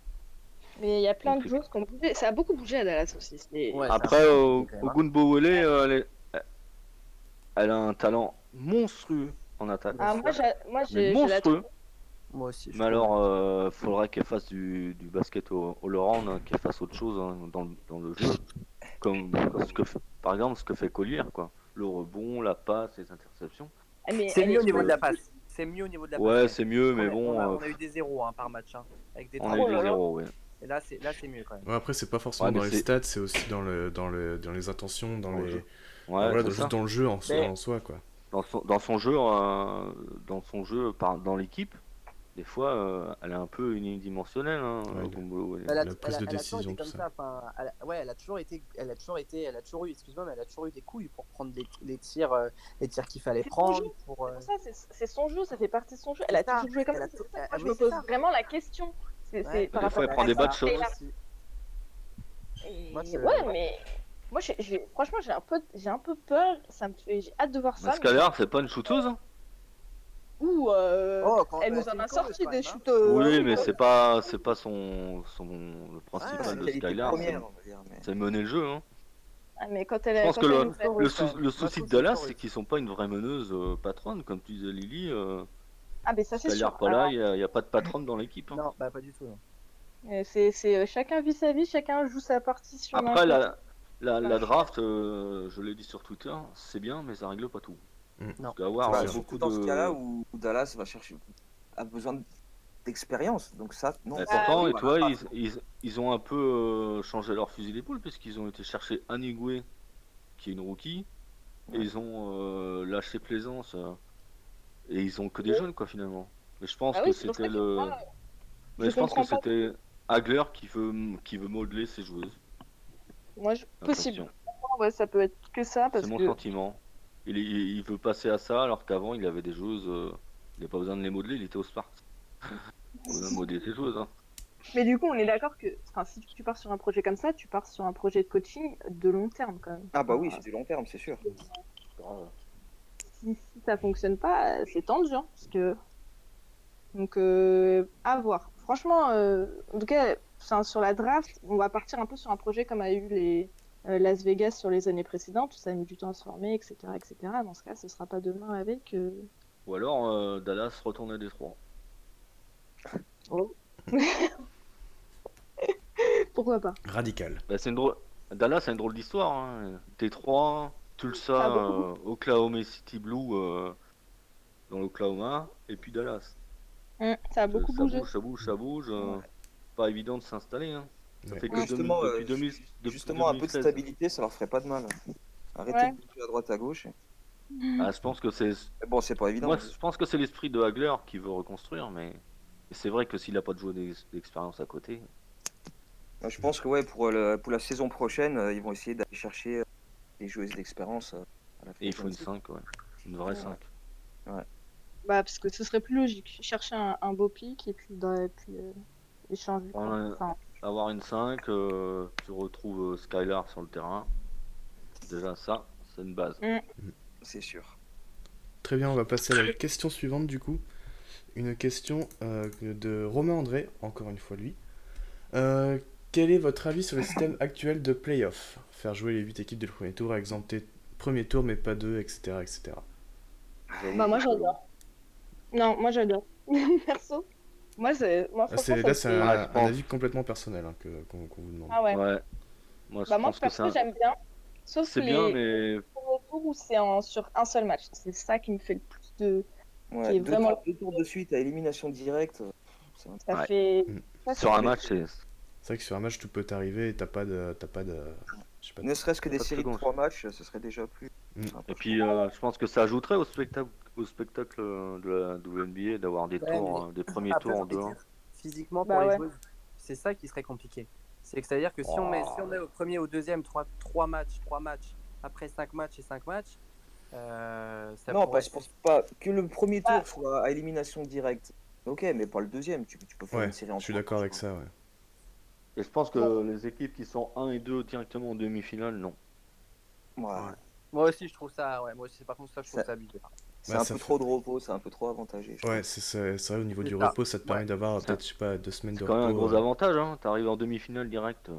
Mais il y a plein de Donc, choses qui ont bougé. Ça a beaucoup bougé à Dallas aussi. c'est- Ouais, ça Après, a- au, quand même, au hein. Gunbo Wele, euh, elle, est- elle a un talent monstrueux en attaque. Ah, moi, j'ai, moi, Mais j'ai, j'ai la monstrueux. Moi aussi. je Mais trouve. alors, euh, faudrait qu'elle fasse du, du basket au, au all-around, hein, qu'elle fasse autre chose hein, dans, le- dans le jeu. Comme, comme ce que, fait- par exemple, ce que fait Collier, quoi. Le rebond, la passe, les interceptions. Ah, mais C'est elle mieux est- au niveau de la passe. C'est mieux au niveau de la passe. Ouais, c'est mieux, On mais a- bon, On a, euh, on a eu des zéros hein, par match. Hein, avec des on a trois. eu des zéros, ouais. Et là, c'est là, c'est mieux quand même. Ouais, après, c'est pas forcément Ouais, mais dans les c'est- stats, c'est aussi dans, le, dans, le, dans les intentions, dans Dans le les. jeu. Voilà, Ouais, dans- c'est ça. juste dans le jeu en, soi- Mais- en soi, quoi. Dans son, dans son jeu, euh, dans son jeu, par, dans l'équipe, des fois, euh, elle est un peu unidimensionnelle. Hein, Ouais, Gunbo Wele. Elle a, La prise elle a- de elle a toujours décision, été comme tout ça. ça. Enfin, elle a- ouais, elle a toujours été, elle a toujours été, elle a toujours eu, excuse-moi, mais elle a toujours eu des couilles pour prendre les, les tirs, euh, les tirs qu'il fallait C'est son prendre. jeu. Pour, euh, C'est ça, c'est, c'est son jeu, ça fait partie de son jeu. Elle a C'est ça. toujours joué comme Elle ça. a C'est tout- pour ça que ah moi, je oui, me c'est pose ça. vraiment la question. C'est, Ouais. c'est par Des fois, rapport elle à prend des ça. bad shots. Et là- aussi. et- Moi, je- Ouais, mais Moi, j'ai, j'ai- franchement, j'ai un peu, j'ai un peu peur. Ça me fait, j'ai hâte de voir ça. La Skylar, c'est pas une shooteuse hein. Ou euh, Oh, quand- elle bah, nous c'est en une a coureuse, sorti quand des même, hein. shoots. euh, Oui, oui, mais euh, c'est pas, c'est pas son, son le Ouais, principal c'est de qualité Skylar, c'est, première, on va dire. Mais... c'est mener le jeu. Hein. ah, mais quand elle, Je pense quand que elle le, nous fait- Scoreuse, le, quand sou- même. le Moi, souci je de trouve que Dallas, c'est c'est qu'ils sont pas une vraie meneuse euh, patronne, comme tu disais Lily. Euh, ah, mais ça c'est sûr. Skylar pas là, Alors, il n'y a, a pas de patronne dans l'équipe. Hein. Non, bah pas du tout. Non. euh, c'est, c'est euh, chacun vit sa vie, chacun joue sa partition. d'un Après, côté. la, la, la draft, euh, je l'ai dit sur Twitter, c'est bien, mais ça règle pas tout. Mm. Non. Parce qu'avoir Bah, euh, sûr. surtout beaucoup dans ce cas-là de. où, où Dallas va chercher, a besoin d'expérience. Donc ça, non. Et ça, pourtant, oui, et toi, ils, ils, ils ont un peu euh, changé leur fusil d'épaule, puisqu'ils ont été chercher Anigwe, qui est une rookie, et ils ont euh, lâché Plaisance. euh, et ils ont que des jeunes, quoi, finalement. Mais je pense Ah que oui, c'est pour ça c'était que le. moi, Mais je je pense que comprends pas. c'était Hagler qui veut, qui veut modeler ses joueuses. Moi, je... j'ai possible. l'impression. Ouais, ça peut être que ça parce C'est mon que sentiment. Il, est- il veut passer à ça, alors qu'avant, il avait des joueuses. euh, il n'avait pas besoin de les modeler, il était au Spark. Il besoin de modeler ses joueuses. Hein. mais du coup, on est d'accord que enfin, si tu pars sur un projet comme ça, tu pars sur un projet de coaching de long terme quand même. Ah bah oui, Enfin, c'est du long terme, c'est sûr. si, si ça fonctionne pas, euh, c'est tendu, hein, parce que donc euh, à voir. Franchement, euh, en tout cas, enfin, sur la draft, on va partir un peu sur un projet comme a eu les euh, Las Vegas sur les années précédentes, où ça a mis du temps à se former, et cetera, et cetera. Dans ce cas, ce sera pas demain avec. euh, Ou alors euh, Dallas retourne à Détroit. Pourquoi pas? Radical. Bah, c'est une drôle... Dallas, c'est une drôle d'histoire. Hein. Détroit, Tulsa, Ah bon euh, Oklahoma City Blue euh, dans l'Oklahoma, et puis Dallas. Hum, ça a Ça- beaucoup ça bougé. bouge, ça bouge, ça bouge. euh, Ouais. Pas évident de s'installer. Hein. Ça Ouais. fait que Ouais. deux mille Justement, depuis euh, deux mille ju- depuis justement un peu de deux mille seize. stabilité, ça leur ferait pas de mal. Arrêtez Ouais. de bouger à droite à gauche. Ah, je pense que c'est. Mais bon, c'est pas évident. Moi, je pense que c'est l'esprit de Hagler qui veut reconstruire, mais et c'est vrai que s'il a pas de joueur d'ex- d'expérience à côté. Moi, je pense que ouais, pour, le- pour la saison prochaine, euh, ils vont essayer d'aller chercher euh, des joueuses d'expérience. euh, à la Et il faut une agency. cinq, ouais. Une vraie cinq. Bah, parce que ce serait plus logique. Chercher un, un beau pic et puis, dans, et puis euh, échanger. quoi. Ouais. Enfin, Avoir une cinq, euh, tu retrouves euh, Skylar sur le terrain. Déjà, ça, c'est une base. C'est sûr. Très bien, on va passer à la question suivante du coup. Une question euh, de Romain André, encore une fois lui. Euh, quel est votre avis sur le système actuel de playoff? Faire jouer les huit équipes dès le premier tour, exempter premier tour mais pas deux, et cetera et cetera. J'avoue bah, moi que- j'adore. Non, moi j'adore. Perso. Moi, c'est... moi Ah, franchement, c'est, ça là me c'est fait- un, Ouais, je un pense. avis complètement personnel hein, que, qu'on, qu'on vous demande. Ah ouais. Ouais. Moi, je Bah, moi pense que perso, c'est un- j'aime bien. Sauf c'est les bien, mais premiers tours où c'est en... sur un seul match. C'est ça qui me fait le plus de. Ouais, Qui est deux, vraiment- tours, deux tours de suite à élimination directe. euh, c'est un- Ça Ouais. fait. Mm. ça, sur c'est- un match, c'est. C'est vrai que sur un match tout peut t'arriver et t'as pas de... T'as pas de je sais pas de- Ne serait-ce que des Pas de séries de seconde. trois matchs, ce serait déjà plus. Mm. un peu Et puis, euh, je pense que ça ajouterait au spectacle, au spectacle euh, de la W N B A d'avoir des Ouais, tours, mais euh, des premiers Après, tours j'ai en envie de deux. dire, physiquement, Bah pour ouais. les joueuses, c'est ça qui serait compliqué. C'est que c'est-à-dire que si on met, si on met au premier, au deuxième, trois, trois matchs, trois matchs, après cinq matchs et cinq matchs, euh, ça Non, pourrait pas, je pense pas que le premier tour Ah. soit à élimination directe. Ok, mais pas le deuxième. Tu, tu peux faire Ouais, une série en je suis trois d'accord avec matchs, ça, ouais. Et je pense que les équipes qui sont un et deux directement en demi-finale, non. Ouais. Moi aussi, je trouve ça. Ouais, moi aussi, par contre, ça, je trouve Ça- ça abusé. C'est Bah, un ça peu fait- trop de repos, c'est un peu trop avantagé. je Ouais, trouve. c'est, c'est, c'est vrai, au niveau C'est du ça. repos, ça te permet Ouais. d'avoir Ça- peut-être, je sais pas, deux semaines de C'est quand même un repos. gros euh, avantage, hein. T'arrives en demi-finale direct.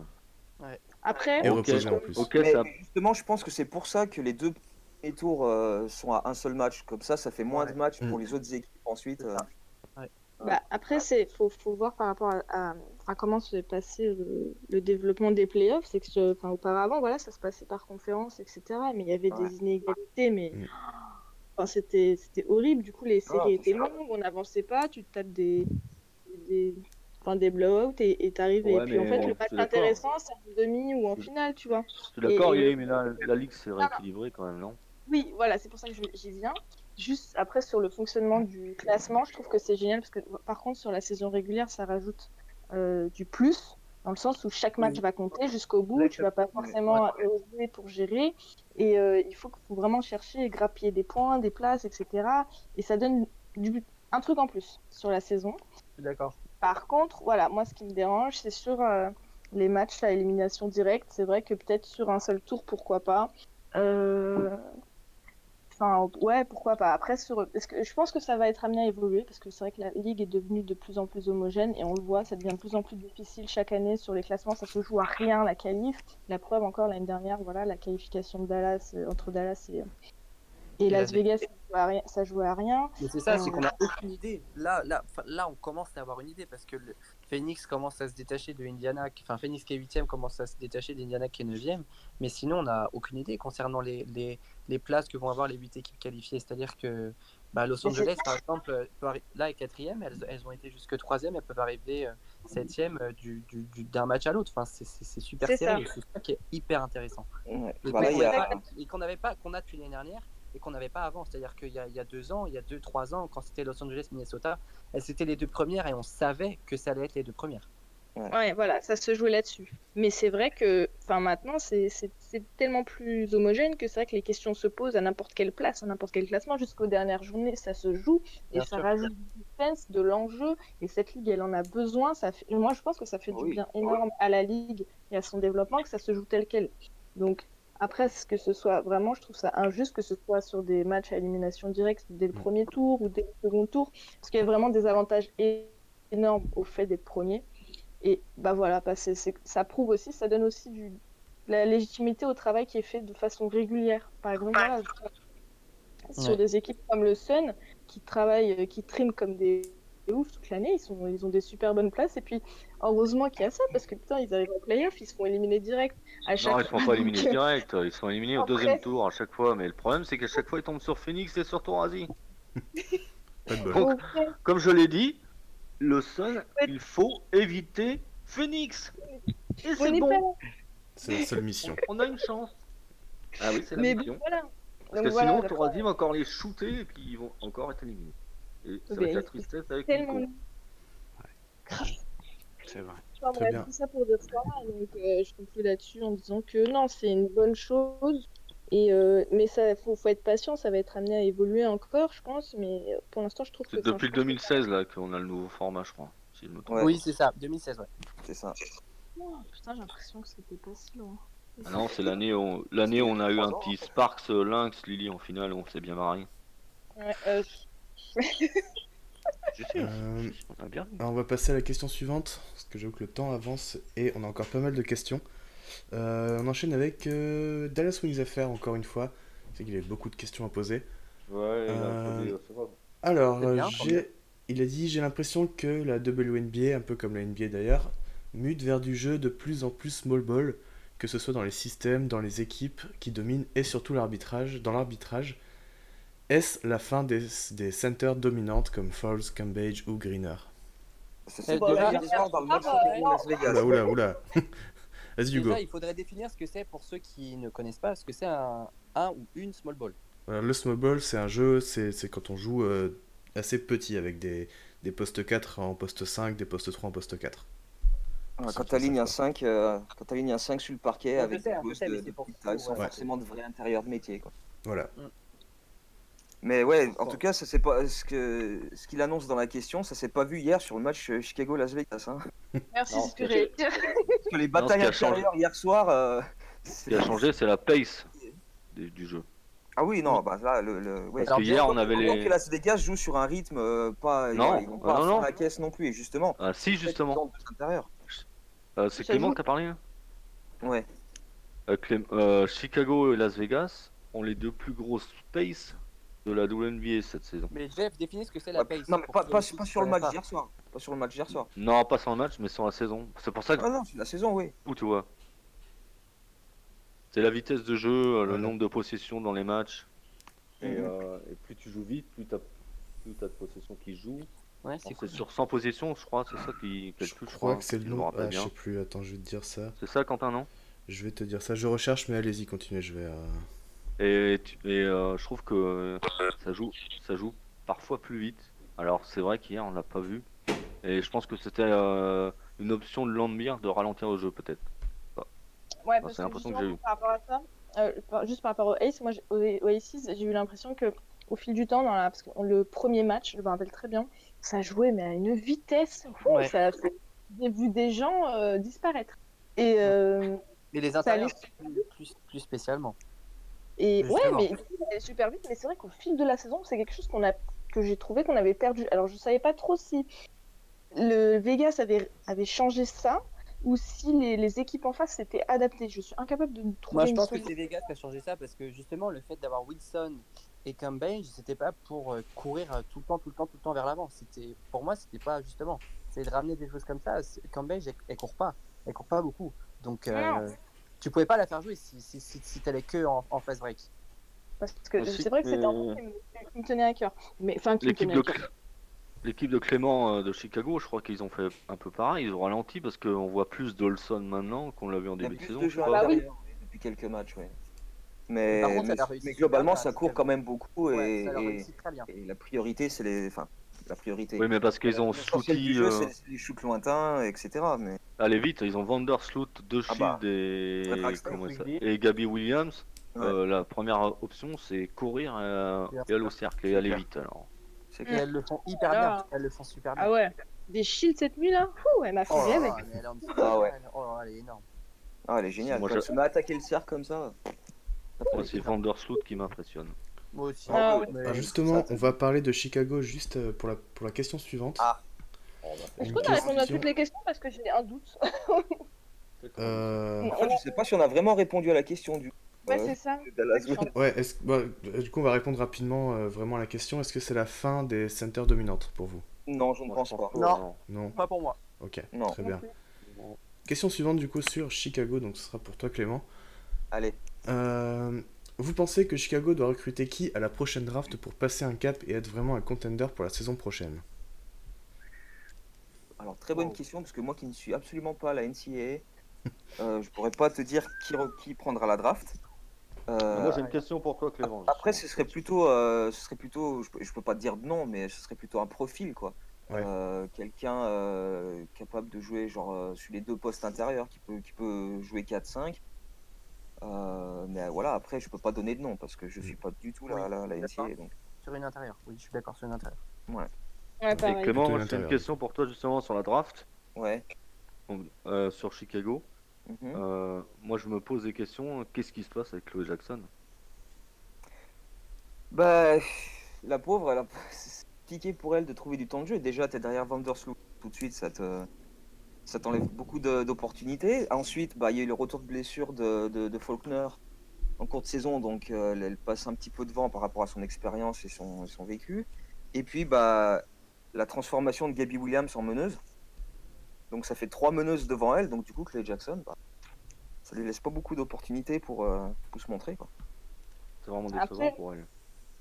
Après, Et Ok. reposer en plus. Ok, mais, ça. mais justement, je pense que c'est pour ça que les deux premiers tours euh, sont à un seul match. Comme ça, ça fait moins Ouais. de matchs pour Mm. les autres équipes ensuite. euh. bah, après c'est faut, faut voir par rapport à, à- enfin, comment se passait le, le développement des playoffs. C'est que enfin, auparavant, voilà, ça se passait par conférence, et cetera. Mais il y avait Ouais. des inégalités, mais Mm. enfin, c'était c'était horrible. Du coup, les séries Ah, étaient c'est longues, on n'avançait pas, tu te tapes des des enfin, des blowouts et et t'arrives. Ouais, et puis en mais fait, bon, le je match suis d'accord. intéressant, c'est en demi ou en Je- finale, tu vois. Je suis d'accord, Et- Yéli, et- mais la, la ligue s'est rééquilibrée quand même, non? Oui, voilà, c'est pour ça que je- j'y viens. Juste après, sur le fonctionnement du classement, je trouve que c'est génial parce que, par contre, sur la saison régulière, ça rajoute euh, du plus, dans le sens où chaque match Oui. va compter jusqu'au bout. Ouais, Tu vas pas forcément oser pour gérer. Et euh, il faut, faut vraiment chercher et grappiller des points, des places, et cetera. Et ça donne du, un truc en plus sur la saison. Je suis d'accord. Par contre, voilà, moi, ce qui me dérange, c'est sur euh, les matchs à élimination directe. C'est vrai que peut-être sur un seul tour, pourquoi pas. Euh... Enfin, ouais, pourquoi pas. Après, sur... parce que je pense que ça va être amené à évoluer parce que c'est vrai que la ligue est devenue de plus en plus homogène et on le voit, ça devient de plus en plus difficile chaque année sur les classements. Ça se joue à rien la qualif. La preuve encore l'année dernière, voilà, la qualification de Dallas euh, entre Dallas et, et, Et Las Las Vegas, ça jouait à rien. Ça jouait à rien. Mais c'est ça, c'est Euh, qu'on n'a aucune idée. Là, là, enfin, là, on commence à avoir une idée parce que le Phoenix commence à se détacher de Indiana. Enfin, Phoenix qui est huitième commence à se détacher d'Indiana qui est neuvième. Mais sinon, on n'a aucune idée concernant les, les, les places que vont avoir les huit équipes qualifiées. C'est-à-dire que bah, Los Mais c'est Angeles, ça. par exemple, peut arri- là est quatrième, elles, elles ont été jusque troisième, elles peuvent arriver euh, septième euh, du, du, du- d'un match à l'autre. Enfin, c'est, c'est, c'est super C'est serré. ça. et C'est ça qui est hyper intéressant. Ouais. Et Bah là, qu'on il y n'avait a... pas, et qu'on n'avait pas, qu'on a depuis l'année dernière et qu'on n'avait pas avant. C'est-à-dire qu'il y a, il y a deux ans, il y a deux, trois ans, quand c'était Los Angeles, Minnesota, elles étaient les deux premières et on savait que ça allait être les deux premières. Ouais, voilà, ça se jouait là-dessus. Mais c'est vrai que, enfin, maintenant, c'est c'est- c'est tellement plus homogène que c'est vrai que les questions se posent à n'importe quelle place, à n'importe quel classement, jusqu'aux dernières journées, ça se joue et Bien ça sûr. rajoute du suspense, de l'enjeu. Et cette ligue, elle en a besoin. Ça fait... Moi, je pense que ça fait du Oui. bien énorme à la ligue et à son développement que ça se joue tel quel. Donc, après, ce que ce soit vraiment, je trouve ça injuste que ce soit sur des matchs à élimination directe dès le premier tour ou dès le second tour, parce qu'il y a vraiment des avantages é- énormes au fait d'être premier. Et bah voilà, bah c'est, c'est- ça prouve aussi, ça donne aussi du, de la légitimité au travail qui est fait de façon régulière. Par exemple, voilà, sur Ouais. des équipes comme le Sun, qui travaillent, euh, qui triment comme des, des oufs toute l'année, ils, sont, ils ont des super bonnes places. Et puis, heureusement qu'il y a ça, parce que putain, ils arrivent en playoff, ils se font éliminer direct. À chaque Non, ils sont pas éliminés Donc, direct, ils sont éliminés au Après- deuxième tour à chaque fois. Mais le problème, c'est qu'à chaque fois, ils tombent sur Phoenix et sur Torazi. Pas de bol. Donc, ok, comme je l'ai dit, le Sun, Ouais. il faut éviter Phoenix. Et on c'est y bon, perd. C'est la seule mission. on a une chance. Ah oui, c'est la Mais mission. voilà. Parce Donc que voilà, sinon, la- Torazi va encore les shooter et puis ils vont encore être éliminés. Et ça va Mais être la c'est tristesse avec tellement. Nico. C'est vrai. Enfin, Très bref, bien. tout ça pour dire ça, donc euh, je conclue là-dessus en disant que non, c'est une bonne chose, et, euh, mais ça faut, faut être patient, ça va être amené à évoluer encore, je pense, mais euh, pour l'instant, je trouve que C'est enfin, depuis je le pense deux mille seize là qu'on a le nouveau format, je crois. Si je me trompe. Ouais. Oui, c'est ça, deux mille seize, ouais. C'est ça. que- Oh, putain, j'ai l'impression que c'était pas si loin. Ah non, c'est l'année où, l'année où on a eu un petit Sparks euh, Lynx Lily en finale où on s'est bien marié. Ouais, euh, Je sais, Euh, on a bien. alors, on va passer à la question suivante, parce que j'avoue que le temps avance et on a encore pas mal de questions. Euh, on enchaîne avec euh, Dallas Wings Affair, encore une fois. C'est qu'il y avait beaucoup de questions à poser. Ouais, il a Euh, posé, euh, c'est vrai. Alors, C'est bien, euh, tant j'ai- mieux. il a dit, j'ai l'impression que la W N B A, un peu comme la N B A d'ailleurs, mute vers du jeu de plus en plus small ball, que ce soit dans les systèmes, dans les équipes qui dominent et surtout l'arbitrage. Dans l'arbitrage, est-ce la fin des, des centers dominantes comme Falls, Cambage ou Greener? C'est Eh, ça, déjà- déjà, dans le match Ah, bah, contre Las Vegas. Oula, oula, oula. Vas-y Hugo. Déjà, il faudrait définir ce que c'est pour ceux qui ne connaissent pas, ce que c'est un, un ou une small ball. Voilà, le small ball, c'est un jeu, c'est c'est quand on joue euh, assez petit avec des, des postes quatre en poste cinq, des postes trois en poste quatre. Ouais, Ceux quand qui tu alignes savent un cinq, euh, quand t'alignes un cinq sur le parquet Ouais, je avec sais, des je postes sais, mais de, c'est de pour- petite taille sans ouais. forcément de vrai intérieur de métier. Quoi. Voilà. Mais ouais, en tout cas, ça c'est pas ce que ce qu'il annonce dans la question, ça s'est pas vu hier sur le match euh, Chicago-Las Vegas. Hein. Merci, Non, c'est ce que c'est- j'allais dire. Parce que les batailles ce qui a changé. intérieures hier soir. euh, Ce qui a changé, c'est la pace du, du jeu. Ah oui, non, bah là, le. le ouais. Parce que hier, on avait Pendant les. que Las Vegas joue sur un rythme euh, pas. Non, ils vont pas ah, à non, fond non. la caisse non plus, et justement. Ah, si, justement. Intérieur. Euh, c'est Ça Clément joue. qui a parlé hein Ouais. Euh, Clém- euh, Chicago et Las Vegas ont les deux plus grosses paces de la W N B A cette saison. Mais Jeff, définis ce que c'est la Ouais, pace. non, mais pour pas, ceux pas, qui pas ne sur le connaissent match pas. d'hier soir. Pas sur le match d'hier soir. Non, pas sur le match, mais sur la saison. C'est pour ça que Ah non, c'est la saison, oui. où tu vois. C'est la vitesse de jeu, euh, le Voilà. nombre de possessions dans les matchs. Et, Mhm. euh, et plus tu joues vite, plus tu as, de possessions qui jouent. Ouais, C'est c'est cool. sur cent possessions, je crois, c'est ça qui Je calcule, je crois crois. que c'est le si je me nom. rappelle Ah, je bien. sais plus, attends, je vais te dire ça. C'est ça, Quentin, non? Je vais te dire ça. Je recherche, mais allez-y, continuez, je vais. euh, Et, tu- et euh, je trouve que euh, ça joue, ça joue parfois plus vite. Alors c'est vrai qu'hier on l'a pas vu. Et je pense que c'était euh, une option de Landmire de ralentir le jeu peut-être. Ouais, Ah, parce c'est que l'impression que justement, j'ai eu. par rapport à ça, euh, par- juste par rapport au Ace, moi, j'ai- au, au Aces, j'ai eu l'impression que au fil du temps, dans la, parce que le premier match, je me rappelle très bien, ça jouait mais à une vitesse, fou, Ouais. ça, ça- j'ai vu des gens euh, disparaître. Et, euh, Et les ça allait intérieurs, super plus, plus, plus spécialement. Et ouais, Justement. mais ça allait super vite, mais c'est vrai qu'au fil de la saison, c'est quelque chose qu'on a, que j'ai trouvé qu'on avait perdu. Alors, je savais pas trop si le Vegas avait, avait changé ça ou si les, les équipes en face s'étaient adaptées. Je suis incapable de trouver Moi, je une pense que solution. c'est Vegas qui a changé ça parce que justement, le fait d'avoir Wilson et Cambage, c'était pas pour euh, courir euh, tout le temps, tout le temps, tout le temps vers l'avant. C'était, pour moi, c'était pas justement. C'est de ramener des choses comme ça. C'est- Cambage, elle, elle court pas, elle court pas beaucoup. Donc, euh, tu pouvais pas la faire jouer si, si, si, si t'allais que en, en fast break. Parce que Aussi, c'est vrai que c'était un mais- truc qui me, qui me tenait à cœur. Mais enfin, qui me L'équipe tenait de, à cœur. Cl- l'équipe de Clément euh, de Chicago, je crois qu'ils ont fait un peu pareil. Ils ont ralenti parce qu'on voit plus d'Olson maintenant qu'on l'a vu en Il y a début de plus saison. de je jeux à crois. Bah oui. l'intérieur ouais, depuis quelques matchs, ouais. Mais Mais, par contre, mais, elle a réussi mais super globalement, bien, ça court Chicago. quand même beaucoup Ouais, ça leur et, réussit très bien. et, et la priorité, c'est les. Enfin, la priorité. Oui, mais parce qu'ils ont L'essentiel Sluty, du jeu, euh, c'est les shoots lointains, et cetera. Mais allez vite, ils ont Vandersloot, De Ah bah, Shield et, Fred Draxler, comment ça, Quigley. et Gabby Williams. Ouais. Euh, la première option, c'est courir euh, Bien et aller au sûr. cercle et C'est aller clair. vite. Alors. c'est Et clair. elles le font hyper Alors, bien. Elles le font super bien. Ah ouais. Des shields cette nuit là, Ouh, elle m'a fait Oh là rêver. là, mais elle est en Ah ouais. Oh là là, elle est énorme. Ah, elle est géniale. Moi, Quand elle je- se met à attaquer le cercle comme ça. Moi, c'est Vandersloot qui m'impressionne. Moi aussi. Ah ouais. mais- Alors justement, ça, on va parler de Chicago juste euh, pour la, pour la question suivante. Ah. Est-ce Une qu'on a répondu à question- toutes les questions parce que j'ai un doute. Euh, En fait, je sais pas si on a vraiment répondu à la question du. Ouais, euh, c'est ça. de Dallas. C'est ça que Ouais, est-ce que- bah, euh, du coup, on va répondre rapidement euh, vraiment à la question. Est-ce que c'est la fin des centers dominantes pour vous? Non, je ne Moi, pense je pas. Non. Non. Pas pour moi. Ok, Non. très bien. Non plus. Question suivante du coup sur Chicago, donc ce sera pour toi Clément. Allez. Euh, vous pensez que Chicago doit recruter qui à la prochaine draft pour passer un cap et être vraiment un contender pour la saison prochaine? Alors, très bonne Wow. question, parce que moi qui ne suis absolument pas à la N C A A, euh, je pourrais pas te dire qui, re- qui prendra la draft. Euh, Moi, j'ai une question pour toi, Clément. Après, justement. ce serait plutôt, euh, ce serait plutôt, je, peux- je peux pas te dire non, mais ce serait plutôt un profil, quoi. Ouais. Euh, quelqu'un euh, capable de jouer genre euh, sur les deux postes intérieurs, qui peut, qui peut jouer quatre cinq. Euh, mais voilà, après, je peux pas donner de nom parce que je suis pas du tout la, Oui, la, la N C A A. d'accord. Donc, Sur une intérieure. Oui, je suis d'accord sur une intérieure. Ouais, Et pareil. Clément, Plutôt moi, j'ai l'intérieur. une question pour toi justement sur la draft, ouais. donc, euh, sur Chicago. Mhm. Euh, moi, je me pose des questions. Qu'est-ce qui se passe avec Chloé Jackson? Bah, la pauvre, elle a c'est compliqué pour elle de trouver du temps de jeu. Déjà, t'es derrière Vandersloot tout de suite, ça te, ça t'enlève beaucoup de- d'opportunités. Ensuite, bah, il y a eu le retour de blessure de, de, de Faulkner en cours de saison, donc euh, elle, elle passe un petit peu devant par rapport à son expérience et son, et son vécu. Et puis, bah, la transformation de Gabby Williams en meneuse. Donc, ça fait trois meneuses devant elle. Donc, du coup, Clay Jackson, bah, ça lui laisse pas beaucoup d'opportunités pour, euh, pour se montrer, quoi. C'est vraiment Après- décevant pour elle.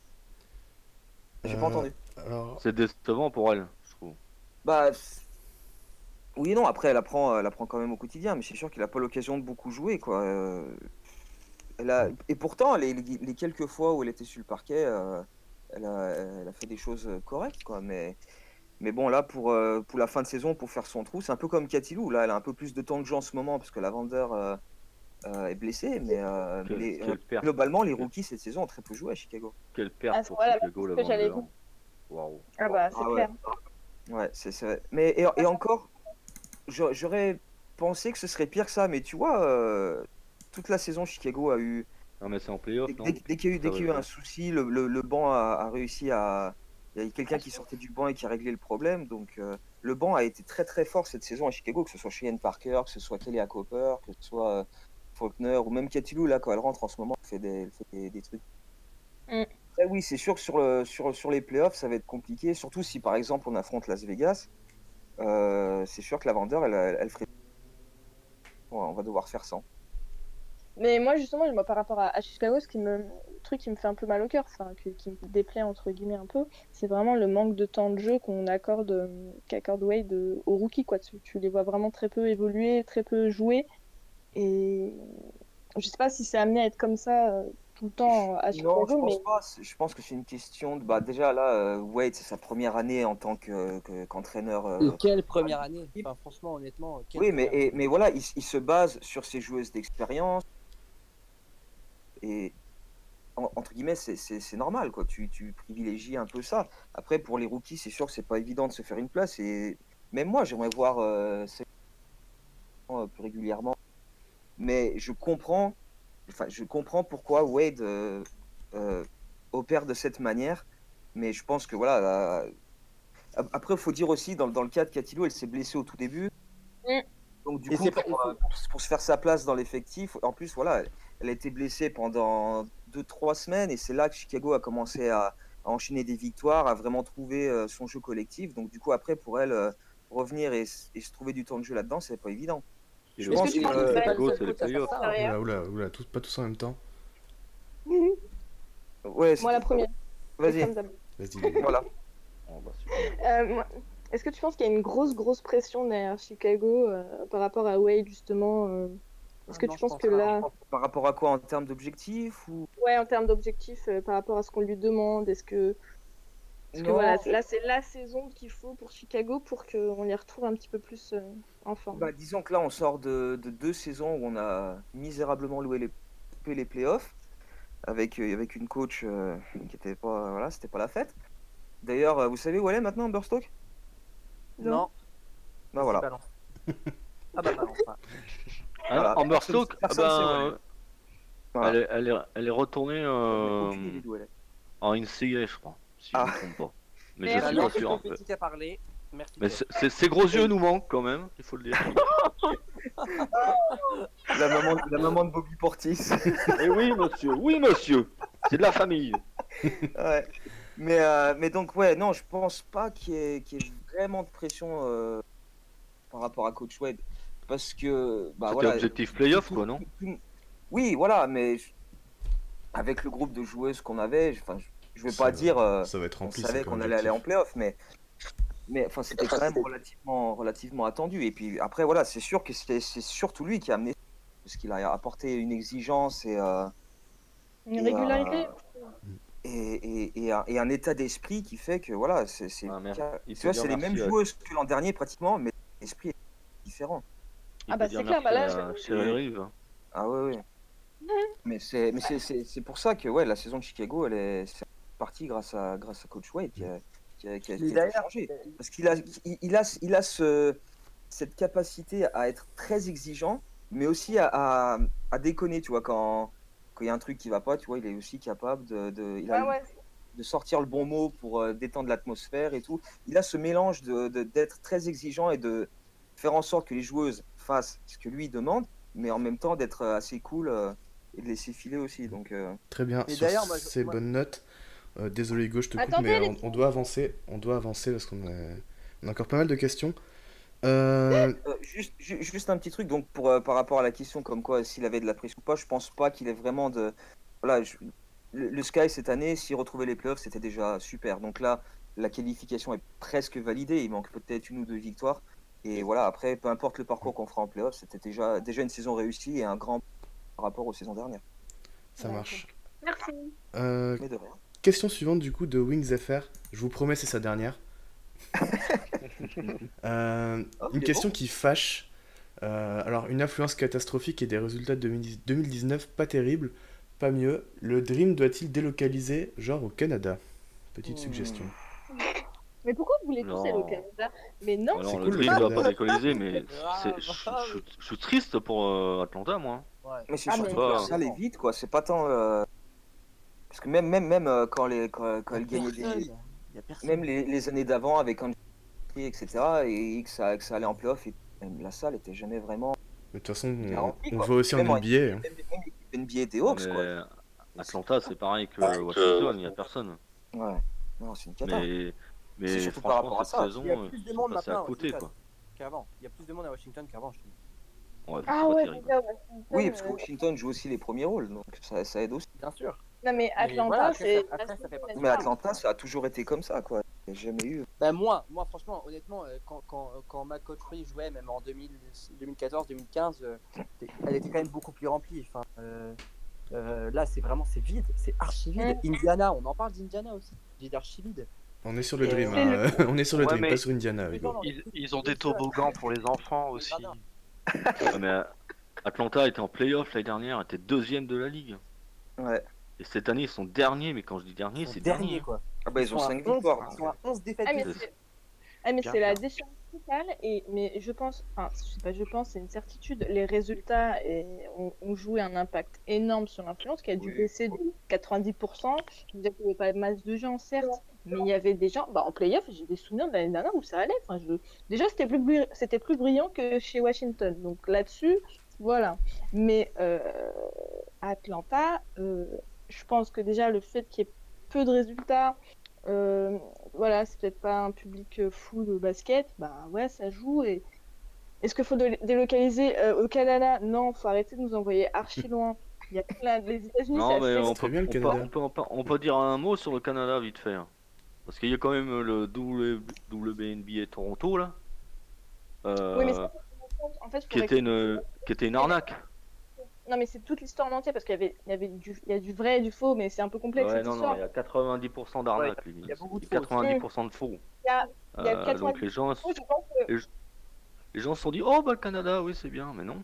J'ai Euh, pas entendu. Alors, C'est décevant pour elle, je trouve. Bah, c- oui et non. Après, elle apprend, elle apprend quand même au quotidien, mais c'est sûr qu'elle a pas l'occasion de beaucoup jouer, quoi. Euh, elle a... Et pourtant, les, les- les quelques fois où elle était sur le parquet, euh, elle a, elle a fait des choses correctes, quoi. Mais, mais bon, là, pour, euh, pour la fin de saison, pour faire son trou, c'est un peu comme Katilou. Là, elle a un peu plus de temps de jeu en ce moment parce que la vendeur euh, euh, est blessée, mais, euh, Quelle, mais les- quelle perte, globalement, les rookies cette saison ont très peu joué à Chicago. quelle perte Ah, pour voilà, Chicago, la ce que j'allais vendeur. Waouh. Ah bah, c'est Ah ouais. clair. Ouais, c'est c'est vrai. Mais et, et encore, j'a- j'aurais pensé que ce serait pire que ça, mais tu vois, euh, toute la saison, Chicago a eu. Non, mais c'est en playoff, Dès, non? dès- dès qu'il y a eu, dès Ça qu'il y a va eu un bien. souci, le, le, le banc a, a réussi à. Il y a quelqu'un qui sortait du banc et qui a réglé le problème. Donc, euh, le banc a été très très fort cette saison à Chicago, que ce soit Cheyenne Parker, que ce soit Kelly Cooper, que ce soit euh, Faulkner ou même Katilou, là, quand elle rentre en ce moment, elle fait des, elle fait des, des trucs. Mm. Après, oui, c'est sûr que sur, le, sur, sur les playoffs, ça va être compliqué, surtout si par exemple on affronte Las Vegas. Euh, c'est sûr que la vendeur, elle, elle, elle ferait. Ouais, on va devoir faire sans. Mais moi, justement, moi, par rapport à, à Chicago, ce qui me, le truc qui me fait un peu mal au cœur, enfin, qui, qui me déplaît entre guillemets un peu, c'est vraiment le manque de temps de jeu qu'on accorde, euh, qu'accorde Wade euh, aux rookies, quoi. Tu, tu les vois vraiment très peu évoluer, très peu jouer, et je sais pas si c'est amené à être comme ça euh, tout le temps à Non, Chicago, je pense mais pas. C'est- Je pense que c'est une question de. Bah, déjà là, euh, Wade, c'est sa première année en tant que, que- qu'entraîneur. euh, Et quelle première année? Enfin, franchement, honnêtement. quelle Oui, mais, première et- mais voilà, il, s- il se base sur ses joueuses d'expérience. Et en- entre guillemets, c'est- c'est c'est normal, quoi. Tu, tu privilégies un peu ça. Après, pour les rookies, c'est sûr que c'est pas évident de se faire une place. Et même moi, j'aimerais voir euh, ces gens, euh, plus régulièrement mais je comprends, enfin, je comprends pourquoi Wade euh, euh, opère de cette manière, mais je pense que voilà. La... Après, il faut dire aussi, dans, dans le cas de Catilo, elle s'est blessée au tout début. Mm. Donc, du Et coup, c'est pour, pas- pour, pour se faire sa place dans l'effectif, en plus, voilà, elle, elle a été blessée pendant deux trois semaines, et c'est là que Chicago a commencé à, à enchaîner des victoires, à vraiment trouver euh, son jeu collectif. Donc, du coup, après, pour elle, euh, revenir et, s- et se trouver du temps de jeu là-dedans, c'est pas évident. Et Je le pense Est-ce que tu que, penses que euh, c'est pas le Chicago, seul c'est les coach à faire playoffs. ça, hein Oula, oula, oula, tout, pas tous en même temps. Ouais, Moi, la première. vas-y, Comme d'hab. Vas-y. voilà. Oh, bah, super. Euh, moi- Est-ce que tu penses qu'il y a une grosse, grosse pression derrière Chicago euh, par rapport à Wade, justement euh, Est-ce que Non, tu je penses pense que pas. là, Par rapport à quoi, en termes d'objectifs ou... ouais, en termes d'objectifs, euh, par rapport à ce qu'on lui demande, est-ce que, est-ce que Non. voilà, là, c'est la saison qu'il faut pour Chicago pour qu'on les retrouve un petit peu plus euh, en forme. Bah, disons que là, on sort de, de deux saisons où on a misérablement loué les, loupé les playoffs avec, euh, avec une coach euh, qui était pas, voilà, c'était pas la fête. D'ailleurs, euh, vous savez où elle est maintenant, Burstock? Non. Bah Vas-y, voilà. balance. Ah bah balance. pas. Hein, Voilà. Amber Stoke, Personne sait où elle est. ben, Voilà. elle, est, elle, est, elle est retournée euh, Aucune idée d'où elle est. en N C A A, je crois, si Ah. je ne me trompe pas. Mais Mais je elle suis a pas C'est sûr. En fait. Petit à parler. Merci. Mais Jeff. c'est- c'est- ses gros yeux nous manquent quand même, il faut le dire. La maman, la maman de Bobby Portis. Et oui, monsieur, oui, monsieur, c'est de la famille. Ouais. Mais, euh, mais donc, ouais, non, je pense pas qu'il y, ait- qu'il y ait vraiment de pression euh, par rapport à Coach Wade. Parce que, bah C'était voilà. objectif playoff, quoi, non? Oui, voilà, mais je- avec le groupe de joueuses qu'on avait, je- enfin, je, je vais Ça pas va- dire euh, Ça va être on rempli. savait c'est qu'on comme allait aller en objectif. playoff, mais, mais enfin, c'était quand même relativement, relativement attendu. Et puis après, voilà, c'est sûr que c'est c'est surtout lui qui a amené, parce qu'il a apporté une exigence et, euh, Une et, régularité. euh, et, et, et un, et un état d'esprit qui fait que voilà, c'est c'est Ah, merde. Il tu faut vois, dire c'est les merci mêmes à- joueuses que l'an dernier pratiquement, mais l'esprit est différent. Il Ah bah, peut dire c'est clair, bah merci là, à je- Cheryl Reeve. Ah ouais, ouais. Mais c'est mais c'est- c'est c'est pour ça que ouais, la saison de Chicago, elle est c'est partie grâce à grâce à Coach Wade qui a qui a, qui a, Mais qui a tout d'ailleurs, changé. Parce qu'il a il, il a il a ce cette capacité à être très exigeant, mais aussi à, à, à déconner, tu vois, quand quand il y a un truc qui va pas, tu vois, il est aussi capable de, de il a Ouais, le- ouais. de sortir le bon mot pour euh, détendre l'atmosphère et tout. Il a ce mélange de de- d'être très exigeant et de faire en sorte que les joueuses fassent ce que lui demande, mais en même temps d'être euh, assez cool euh, et de laisser filer aussi. Donc, euh, Très bien. Et Sur d'ailleurs, moi, je- ces moi- bonnes notes, euh, désolé Hugo, je te coupe, Attendez, mais les on, filles. on doit avancer. On doit avancer parce qu'on a, on a encore pas mal de questions. Euh, euh, juste, ju- juste un petit truc, donc pour, euh, par rapport à la question comme quoi s'il avait de la pression ou pas, je pense pas qu'il ait vraiment de. Voilà, je- le, le Sky cette année, s'il retrouvait les playoffs, c'était déjà super. Donc là, la qualification est presque validée. Il manque peut-être une ou deux victoires. Et voilà, après, peu importe le parcours qu'on fera en playoffs, c'était déjà, déjà une saison réussie et un grand par rapport aux saisons dernières. ça marche. Merci. Euh, Mais de rien. question suivante du coup de Wings F R. Je vous promets, c'est sa dernière. Euh, Oh, il une est question bon. qui fâche. Euh, alors, une influence catastrophique et des résultats de deux mille dix-neuf pas terribles. Pas mieux. Le Dream doit-il délocaliser, genre au Canada? Petite Hmm. suggestion. Mais pourquoi vous voulez tous Non. aller au Canada? Mais non. Alors, C'est le cool, le Dream doit Canada. pas décolliser, mais Ah, c'est- je bah, je- je suis triste pour euh, Atlanta, moi. Ouais. Mais c'est Ah, surtout mais- que ça allait vite, quoi. C'est pas tant. euh, Parce que même, même, même euh, quand, les, quand, quand elle gagnait des. Personne. Y a personne. Même les, les années d'avant avec Angie, et cetera, et que ça, que ça allait en playoff, et même la salle était jamais vraiment. Mais de toute façon, on, Garanti, on quoi. voit aussi en Même en- N B A. Même, même l'équipe N B A des Hawks, Mais quoi. Atlanta, c'est pareil que Washington, il n'y a personne. Ouais. Non, c'est une cata. Mais, C'est mais surtout par franchement, rapport à cette ça. saison, Il y a euh, plus de ils monde sont passés à maintenant à côté, Washington. quoi. Qu'avant. Il y a plus de monde à Washington qu'avant, je trouve. Ouais, Ah c'est pas ouais, terrible. les gars, Washington, Oui, parce que euh, Washington joue aussi les premiers rôles, donc ça, ça aide aussi. Bien sûr. Non mais Atlanta, voilà, après, c'est. ça- après, ça fait partie Mais Atlanta, ça a toujours été comme ça, quoi. Il n'y a jamais eu. Ben moi, moi franchement, honnêtement, euh, quand, quand, quand Matt Cochery jouait, même en deux mille, deux mille quatorze, deux mille quinze, euh, elle était quand même beaucoup plus remplie. Enfin, euh, euh, là, c'est vraiment, c'est vide, c'est archi vide. Indiana, on en parle d'Indiana aussi, c'est archi vide. On est sur le Et Dream. c'est hein. On est sur le Ouais, Dream, mais- pas sur Indiana, Mais Hugo. non, non, Ils, écoute, ils ont des c'est ça. toboggans pour les enfants aussi. Gradins. Ouais, mais euh, Atlanta était en playoff l'année dernière, était deuxième de la ligue. Ouais. Et cette année, ils sont derniers, mais quand je dis dernier, Ils sont c'est derniers, dernier. quoi. Ah bah, ils ont à cinq onze, victoires. Ils sont à onze défaites. Ah mais C'est- c'est ah, mais Bien, c'est la bien. déchéance total, et, mais je pense, enfin, je sais pas, je pense, c'est une certitude, les résultats et, ont, ont joué un impact énorme sur l'influence qui a dû Oui. baisser de quatre-vingt-dix pour cent. Je veux dire qu'il n'y avait pas masse de gens, certes, mais il y avait des gens, bah, en playoff, j'ai des souvenirs de l'année dernière où ça allait. Enfin, je... Déjà, c'était plus, bri- c'était plus brillant que chez Washington. Donc là-dessus, voilà. Mais euh, à Atlanta, euh, je pense que déjà, le fait qu'il y ait peu de résultats, euh, voilà, c'est peut-être pas un public euh, fou de basket, bah ouais, ça joue. Et est-ce qu'il faut dé- délocaliser euh, au Canada? Non, faut arrêter de nous envoyer archi loin. Il y a plein... Les États-Unis, Non, c'est mais assez. on très peut, bien, le on, peut, Canada. on, peut, on, peut, on peut dire un mot sur le Canada vite fait. hein. Parce qu'il y a quand même le W N B A Toronto là. Euh, Oui, mais ça, en fait, qui, faut était une, qui était une arnaque. Non, mais c'est toute l'histoire en entier parce qu'il y avait, il y avait du, il y a du vrai et du faux, mais c'est un peu complexe Ouais, cette non, histoire. non, il y a quatre-vingt-dix pour cent d'arnaque. Ouais, lui. il y a beaucoup de Il y a faux. quatre-vingt-dix pour cent de faux. Il y a, il y a Euh, quatre-vingt-dix donc les gens, je pense que les gens se sont dit, oh bah le Canada, oui c'est bien, mais non.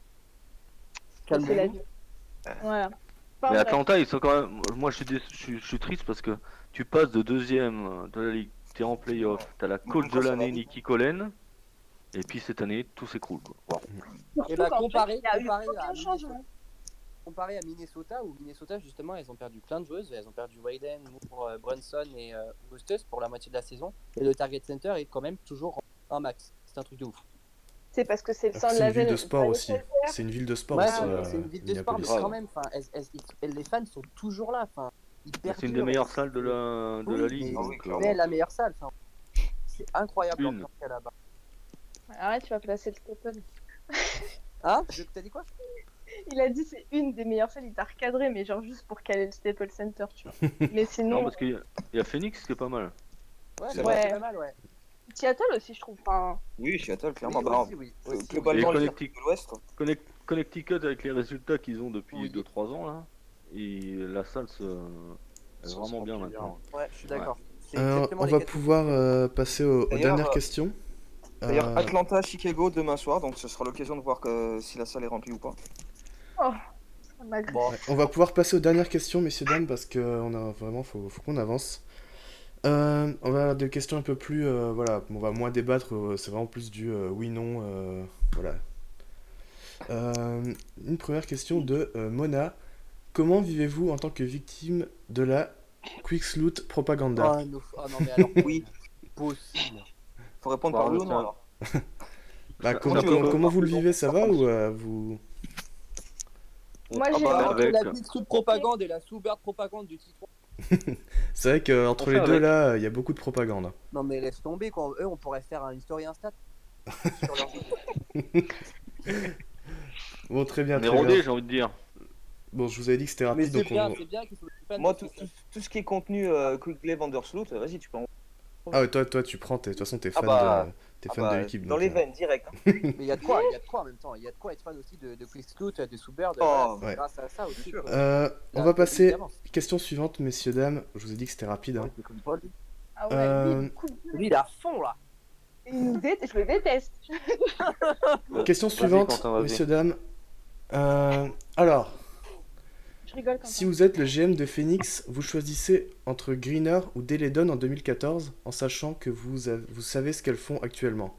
c'est la vie. Voilà. Enfin, Mais bref. Atlanta, ils sont quand même. Moi, je suis, dé- je suis, je suis triste parce que tu passes de deuxième de la ligue, t'es en playoff, t'as la coach de l'année, Nikki Collen, et puis cette année, tout s'écroule. quoi. Wow. Surtout Et bah, qu'en fait, comparé, il y a eu comparé, aucun à changement. Minnesota, comparé à Minnesota, où Minnesota, justement, elles ont perdu plein de joueuses. Elles ont perdu Wayden, Moore, euh, Brunson et euh, Augustus pour la moitié de la saison. Et le Target Center est quand même toujours un max. C'est un truc de ouf. C'est parce que c'est le Alors sang que de c'est la une ville veine. de sport aussi. C'est une ville de sport Ouais, aussi. c'est- euh, c'est une ville de sport, mais Minneapolis. quand même, enfin, elles- elles- elles- les fans sont toujours là. Enfin, ils C'est une des perdurent. meilleures salles de la, de Oui, la ligue. mais- Ah oui, donc, clairement. mais la meilleure salle. Enfin, c'est incroyable Une. l'ambiance qu'il y a là-bas. Arrête, tu vas placer le Staples. Hein Je- T'as dit quoi? Il a dit c'est une des meilleures salles, il t'a recadré, mais genre juste pour caler le Staples Center, tu vois. Mais Non, sinon, parce qu'il y, a- il y a Phoenix qui est pas mal. Ouais, C'est c'est vrai. pas mal, ouais. Seattle aussi, je trouve. Enfin, Oui, Seattle, clairement. Oui, Bah, aussi, oui. euh, Aussi, oui. globalement, Et les Connectic- équipes de l'Ouest. Connect- Connecticut, avec les résultats qu'ils ont depuis Oui. deux trois ans, là, et la salle se... est Ça vraiment se bien remplit bien. maintenant. Ouais, je suis d'accord. C'est Euh, exactement on les va quatre- pouvoir euh, passer aux, aux D'ailleurs, dernières euh, questions. D'ailleurs, Euh, Atlanta, Chicago demain soir, donc ce sera l'occasion de voir que, si la salle est remplie ou pas. ça m'agresse. Bon, Ouais, on va pouvoir passer aux dernières questions, messieurs, dames, parce que on a vraiment, faut, faut qu'on avance. Euh, on va avoir des questions un peu plus, euh, voilà, on va moins débattre, euh, c'est vraiment plus du euh, oui, non, euh, voilà. Euh, une première question de euh, Mona. Comment vivez-vous en tant que victime de la Quicksloot propaganda? oh, non, oh non, mais alors, Oui. possible. Faut répondre Bah, par oui ou ça- non alors. Bah, ça- comment, ça comment, peut- comment vous le vivez, ça va ou euh, vous... Moi, Ah j'ai- bah, Entre avec- la petite sous propagande et la sous-bird propagande du citron. C'est vrai qu'entre On les fait deux, avec. là, il y a beaucoup de propagande. Non, mais laisse tomber, quoi. Eux, on pourrait faire une story Insta. sur leur Bon, très bien, On est très rodé, bien. j'ai envie de dire. Bon, je vous avais dit que c'était Mais rapide, c'est donc bien, on... c'est bien qu'ils soient fans Moi, de tout, tout tout, tout ce qui est contenu euh, Quickly Vandersloot, vas-y, tu peux en. Ah ouais, toi, toi, tu prends, t'es- de toute façon, t'es Ah fan, bah, de, t'es Ah fan bah, de l'équipe. dans donc, les euh, veines, direct. hein. Mais il y a de quoi, il y a de quoi en même temps. Il y a de quoi être fan aussi de, de Quicksloot, de Soubert. Oh, ouais. Grâce à ça aussi. Bien sûr. quoi. Euh, on La va folie passer. d'avance. Question suivante, messieurs, dames. Je vous ai dit que c'était rapide. hein. Ouais, comme Paul. Ah ouais, Euh, lui, du coup, Lui, il est à fond là. il nous dé- je le déteste. Question Vas-y, suivante, Quentin, vas-y. messieurs, dames. Euh, alors, Je rigole quand si vous êtes le G M de Phoenix, vous choisissez entre Greener ou Deledon en deux mille quatorze, en sachant que vous, avez- vous savez ce qu'elles font actuellement.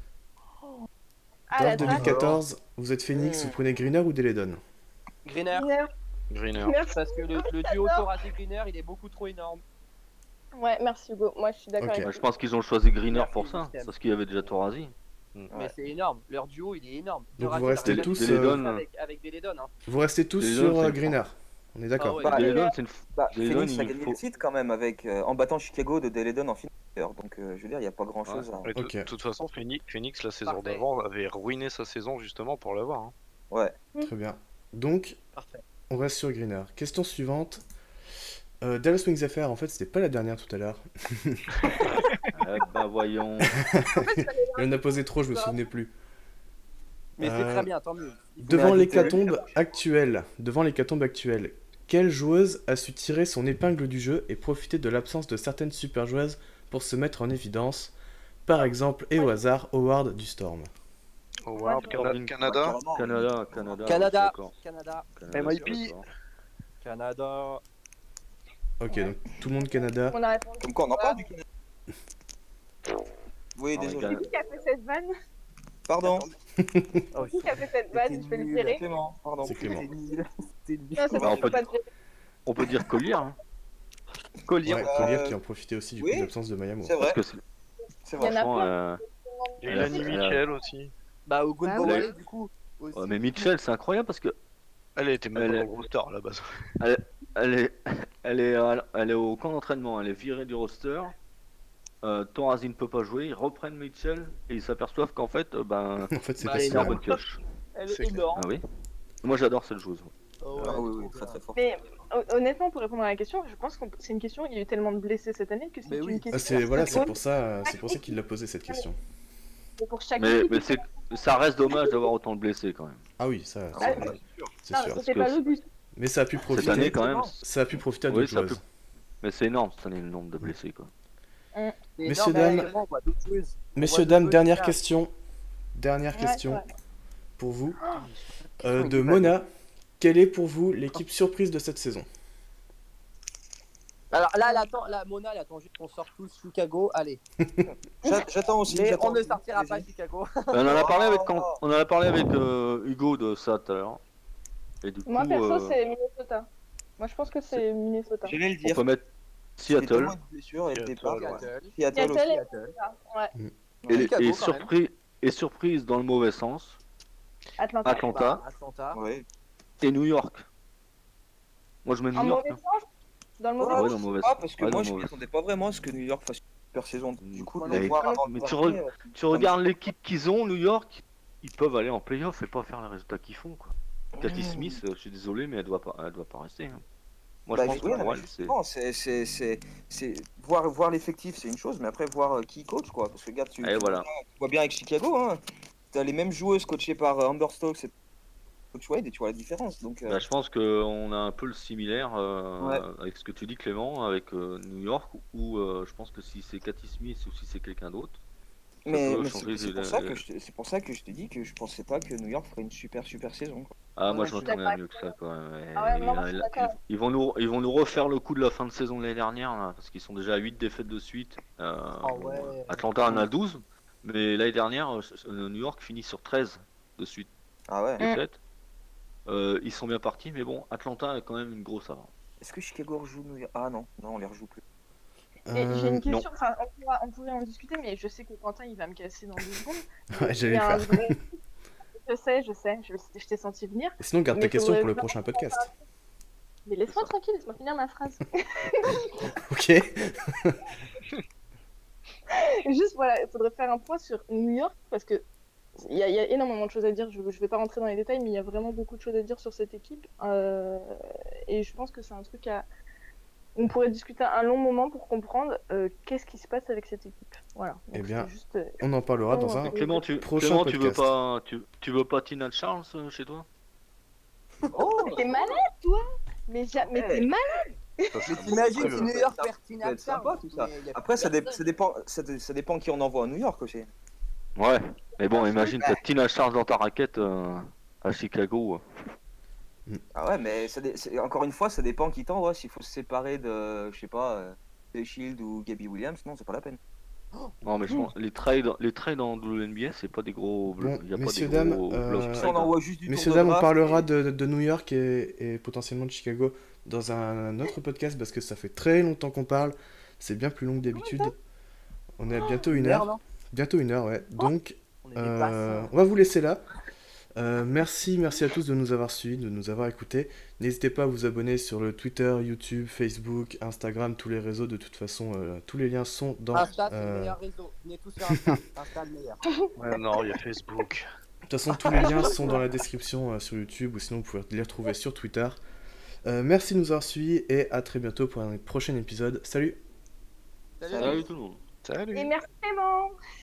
Ah, Dans la deux mille quatorze, vous êtes Phoenix, Mmh. vous prenez Greener ou Deledon? Greener. draft. Greener. Merci. Parce que le, le duo thoracique Greener, il est beaucoup trop énorme. Ouais, merci Hugo. Moi, je suis d'accord Ok. avec Bah, toi. je pense qu'ils ont choisi Greener Merci, pour ça, système. parce qu'il y avait déjà Torazi. Mais c'est énorme. Leur duo, il est énorme. Donc Thoracique, vous restez il a tous, jamais fait euh, ça Avec, avec des Ledon, hein. Vous restez tous Deledon, sur c'est euh, le Greener. On est d'accord. Ah ouais. Bah, Deledon, c'est une. Bah, Deledon, Phoenix a il gagné faut- le titre quand même avec, euh, en battant Chicago de Deledon en finale. Donc, euh, je veux dire, il n'y a pas grand chose à. Et de Ok. toute façon, Phoenix, Phoenix, la saison Parfait. d'avant, avait ruiné sa saison justement pour l'avoir. hein. Ouais. Très bien. Donc, Parfait. on reste sur Greener. Question suivante. Euh, Dallas Wings F R, en fait, c'était pas la dernière tout à l'heure. Eh bah, voyons. Il en a posé trop, je me souvenais plus. Mais c'est Euh, très bien, tant mieux. Devant Mais l'hécatombe arrêtez. actuelle, devant l'hécatombe actuelle, quelle joueuse a su tirer son épingle du jeu et profiter de l'absence de certaines super joueuses pour se mettre en évidence? Par exemple, et au hasard, Howard du Storm. Howard, Ouais, Cana- Corbin. Canada. Carrément. Canada, Canada. Canada. d'accord. Canada. Canada, M I P. je suis d'accord. Canada. Ok, Ouais. donc tout le monde Canada. On a répondu. Comme quoi, on en parle du Canada. Oui, Ah, désolé. regarde. C'est qui qui a fait cette vanne? Pardon. Oh, C'est qui qui a fait cette vanne? Je peux le nul. tirer. Clément, pardon. C'est Clément. C'était nul. C'était nul. Non, c'est Bah, bon, on je peux peut- pas le tirer. On peut dire Collier, hein, Collier, Ouais, euh, Collier qui en profitait aussi du oui. coup de l'absence de Mayamo. c'est vrai. parce que c'est- C'est Il y en vrai. a franchement, plein. euh, Il y a Elle a Yanni fait- Michel aussi. Bah, au Good Bah Ball ouais. Volley, du coup. aussi. ouais, mais Mitchell, c'est incroyable parce que Elle était même Elle pas est- dans le roster à la base. elle, elle est, elle est, à- elle est au camp d'entraînement, elle est virée du roster. Euh, Thorazine ne peut pas jouer, ils reprennent Mitchell et ils s'aperçoivent qu'en fait, euh, ben, En fait, c'est Bah, pas elle est si c'est la mal. bonne pioche. Elle C'est est clair. énorme. Ah oui. Moi, j'adore cette joueuse. Oh, ouais, Ah oui, trop oui, bien. très très fort. Mais hon- honnêtement, pour répondre à la question, je pense que c'est une question. Il y a eu tellement de blessés cette année que c'est Mais une oui. Ah, question. c'est voilà, c'est qui pour ça, c'est pour ça qu'il l'a posé cette question. pose pour chaque Mais, équipe. mais c'est, ça reste dommage d'avoir autant de blessés quand même. Ah oui, ça, Ah c'est ouais. c'est Non, sûr. c'était que pas c'est- le but. Mais ça a pu Cette profiter. année quand même. Ça a pu profiter à Oui, d'autres ça a joueuses. Mais c'est énorme cette année le nombre de blessés quoi. C'est Messieurs, énorme, dames. mais actuellement, on voit d'autres joueuses. On Messieurs, voit dames, d'autres dernière joueuses. question. Dernière Ouais, question ouais. pour vous. Question Euh, de équipe Mona. Quelle est pour vous l'équipe surprise de cette saison? Alors là, elle attend, là, Mona, elle attend juste qu'on sorte tous Chicago. Allez. J'a- J'attends aussi. Mais j'attends on ne aussi. sortira pas Allez-y. Chicago. On en a parlé avec, Oh. quand- on en a parlé avec euh, Hugo de ça tout à l'heure. Et du Moi, coup, perso, euh, c'est Minnesota. Moi, je pense que c'est Minnesota. J'allais le on dire. peut mettre Il y a Seattle. tellement de blessures et de Seattle, départs. ouais. ouais. Seattle. Seattle Seattle aussi. et Seattle. Ouais. Et, Chicago, et quand surprise, et surprise dans le mauvais sens, Atlanta. Atlanta Bah, Atlanta. Ouais. et New York. Moi je mets En New York. mauvais hein. sens? Dans le Oh, mauvais Ah ouais, je dans le sais mauvais pas, sens. parce que Ouais, moi dans je le ne mauvais m'attendais pas vraiment à ce que New York fasse une super saison. Du coup, de Mais- le voir avant de mais me tu lancer, re- euh, Tu regardes l'équipe qu'ils ont, New York, ils peuvent aller en playoff et pas faire les résultats qu'ils font. Quoi. Cathy Smith, euh, je suis désolé, mais elle doit pas, elle doit pas rester. hein. Moi bah, je pense oui, que non, pour mais elle, c'est. justement, c'est, c'est, c'est, c'est- voir, voir l'effectif, c'est une chose, mais après voir euh, qui coach, quoi. Parce que regarde, tu, Et tu voilà. vois, bien- tu vois bien avec Chicago, hein. T'as les mêmes joueuses coachées par euh, Amber Stokes et Coach Wade, et tu vois la différence. Donc, euh, Bah, je pense qu'on a un peu le similaire euh, Ouais. avec ce que tu dis Clément, avec euh, New York, où euh, je pense que si c'est Cathy Smith ou si c'est quelqu'un d'autre, mais, peut mais changer c'est, c'est de- pour ça que je, te- c'est pour ça que je te dis que je pensais pas que New York ferait une super super saison, quoi. ah, Ouais, moi je je suis m'attendais à d'accord mieux que ça quand même. Et Ah ouais, non, moi, là, je suis là, d'accord. ils, ils vont nous, ils vont nous refaire le coup de la fin de saison de l'année dernière, là, parce qu'ils sont déjà à huit défaites de suite. Euh, Ah bon, ouais. euh, Atlanta en a douze, mais l'année dernière, euh, euh, New York finit sur treize de suite Ah ouais. défaites. Euh, ils sont bien partis, mais bon, Atlanta a quand même une grosse avance. Est-ce que Chicago rejoue New York? Ah non, non, on les rejoue plus. Et Euh, j'ai une non. question, enfin, on, pourra, on pourrait en discuter, mais je sais que Quentin il va me casser dans deux secondes. Ouais, Il j'allais y le a un faire. vrai- Je sais, je sais, je, je t'ai senti venir. Et sinon, garde Mais ta question faudrait pour le vraiment prochain podcast. Mais laisse-moi tranquille, laisse-moi finir ma phrase. Ok. Juste voilà, il faudrait faire un point sur New York parce que il y, a- il y a énormément de choses à dire. Je ne vais pas rentrer dans les détails, mais il y a vraiment beaucoup de choses à dire sur cette équipe. Euh, et je pense que c'est un truc à. On pourrait discuter un long moment pour comprendre euh, qu'est-ce qui se passe avec cette équipe. Voilà. Donc, Eh bien, c'est juste, euh, On en parlera dans Oh, un. ouais. Clément, tu, Prochain Clément, tu veux podcast. pas, tu, tu veux pas Tina Charles euh, chez toi? Oh T'es malade, toi? Mais, ja- mais t'es malade. Ça serait T'imagines beaucoup si mieux. New York Ça perd peut Tina être sympa, Charles, tout ça. mais y a Après, ça, dé- personne. ça dépend, ça, dé- ça dépend qui on envoie à New York aussi. Ouais, mais bon, Ah, imagine, t'as Tina Charles dans ta raquette euh, à Chicago. Ah ouais, mais ça dé- c'est- encore une fois, ça dépend qui t'envoie. S'il faut se séparer de, je sais pas, euh, de Shield ou Gabby Williams, non, c'est pas la peine. Non, mais je pense les trades, les trades en W N B A, c'est pas des gros. Bon, y a messieurs, pas des dames, gros euh, block Si trades, on hein. envoie juste du Messieurs, tour de dames, on draft, parlera et- de, de New York et, et potentiellement de Chicago dans un autre podcast parce que ça fait très longtemps qu'on parle. C'est bien plus long que d'habitude. On est à bientôt une heure. Merde, hein. Bientôt une heure, ouais. Donc, On est des euh, passants. on va vous laisser là. Euh, merci, merci à tous de nous avoir suivis, de nous avoir écoutés. N'hésitez pas à vous abonner sur le Twitter, YouTube, Facebook, Instagram, tous les réseaux. De toute façon, euh, tous les liens sont dans. Insta, c'est euh, le meilleur réseau. Venez tous sur Insta. Insta, le meilleur. Ouais, non, il y a Facebook. De toute façon, tous les liens sont dans la description euh, sur YouTube ou sinon vous pouvez les retrouver sur Twitter. Euh, merci de nous avoir suivis et à très bientôt pour un prochain épisode. Salut! Salut. Salut tout le monde. Salut. Et merci Clément.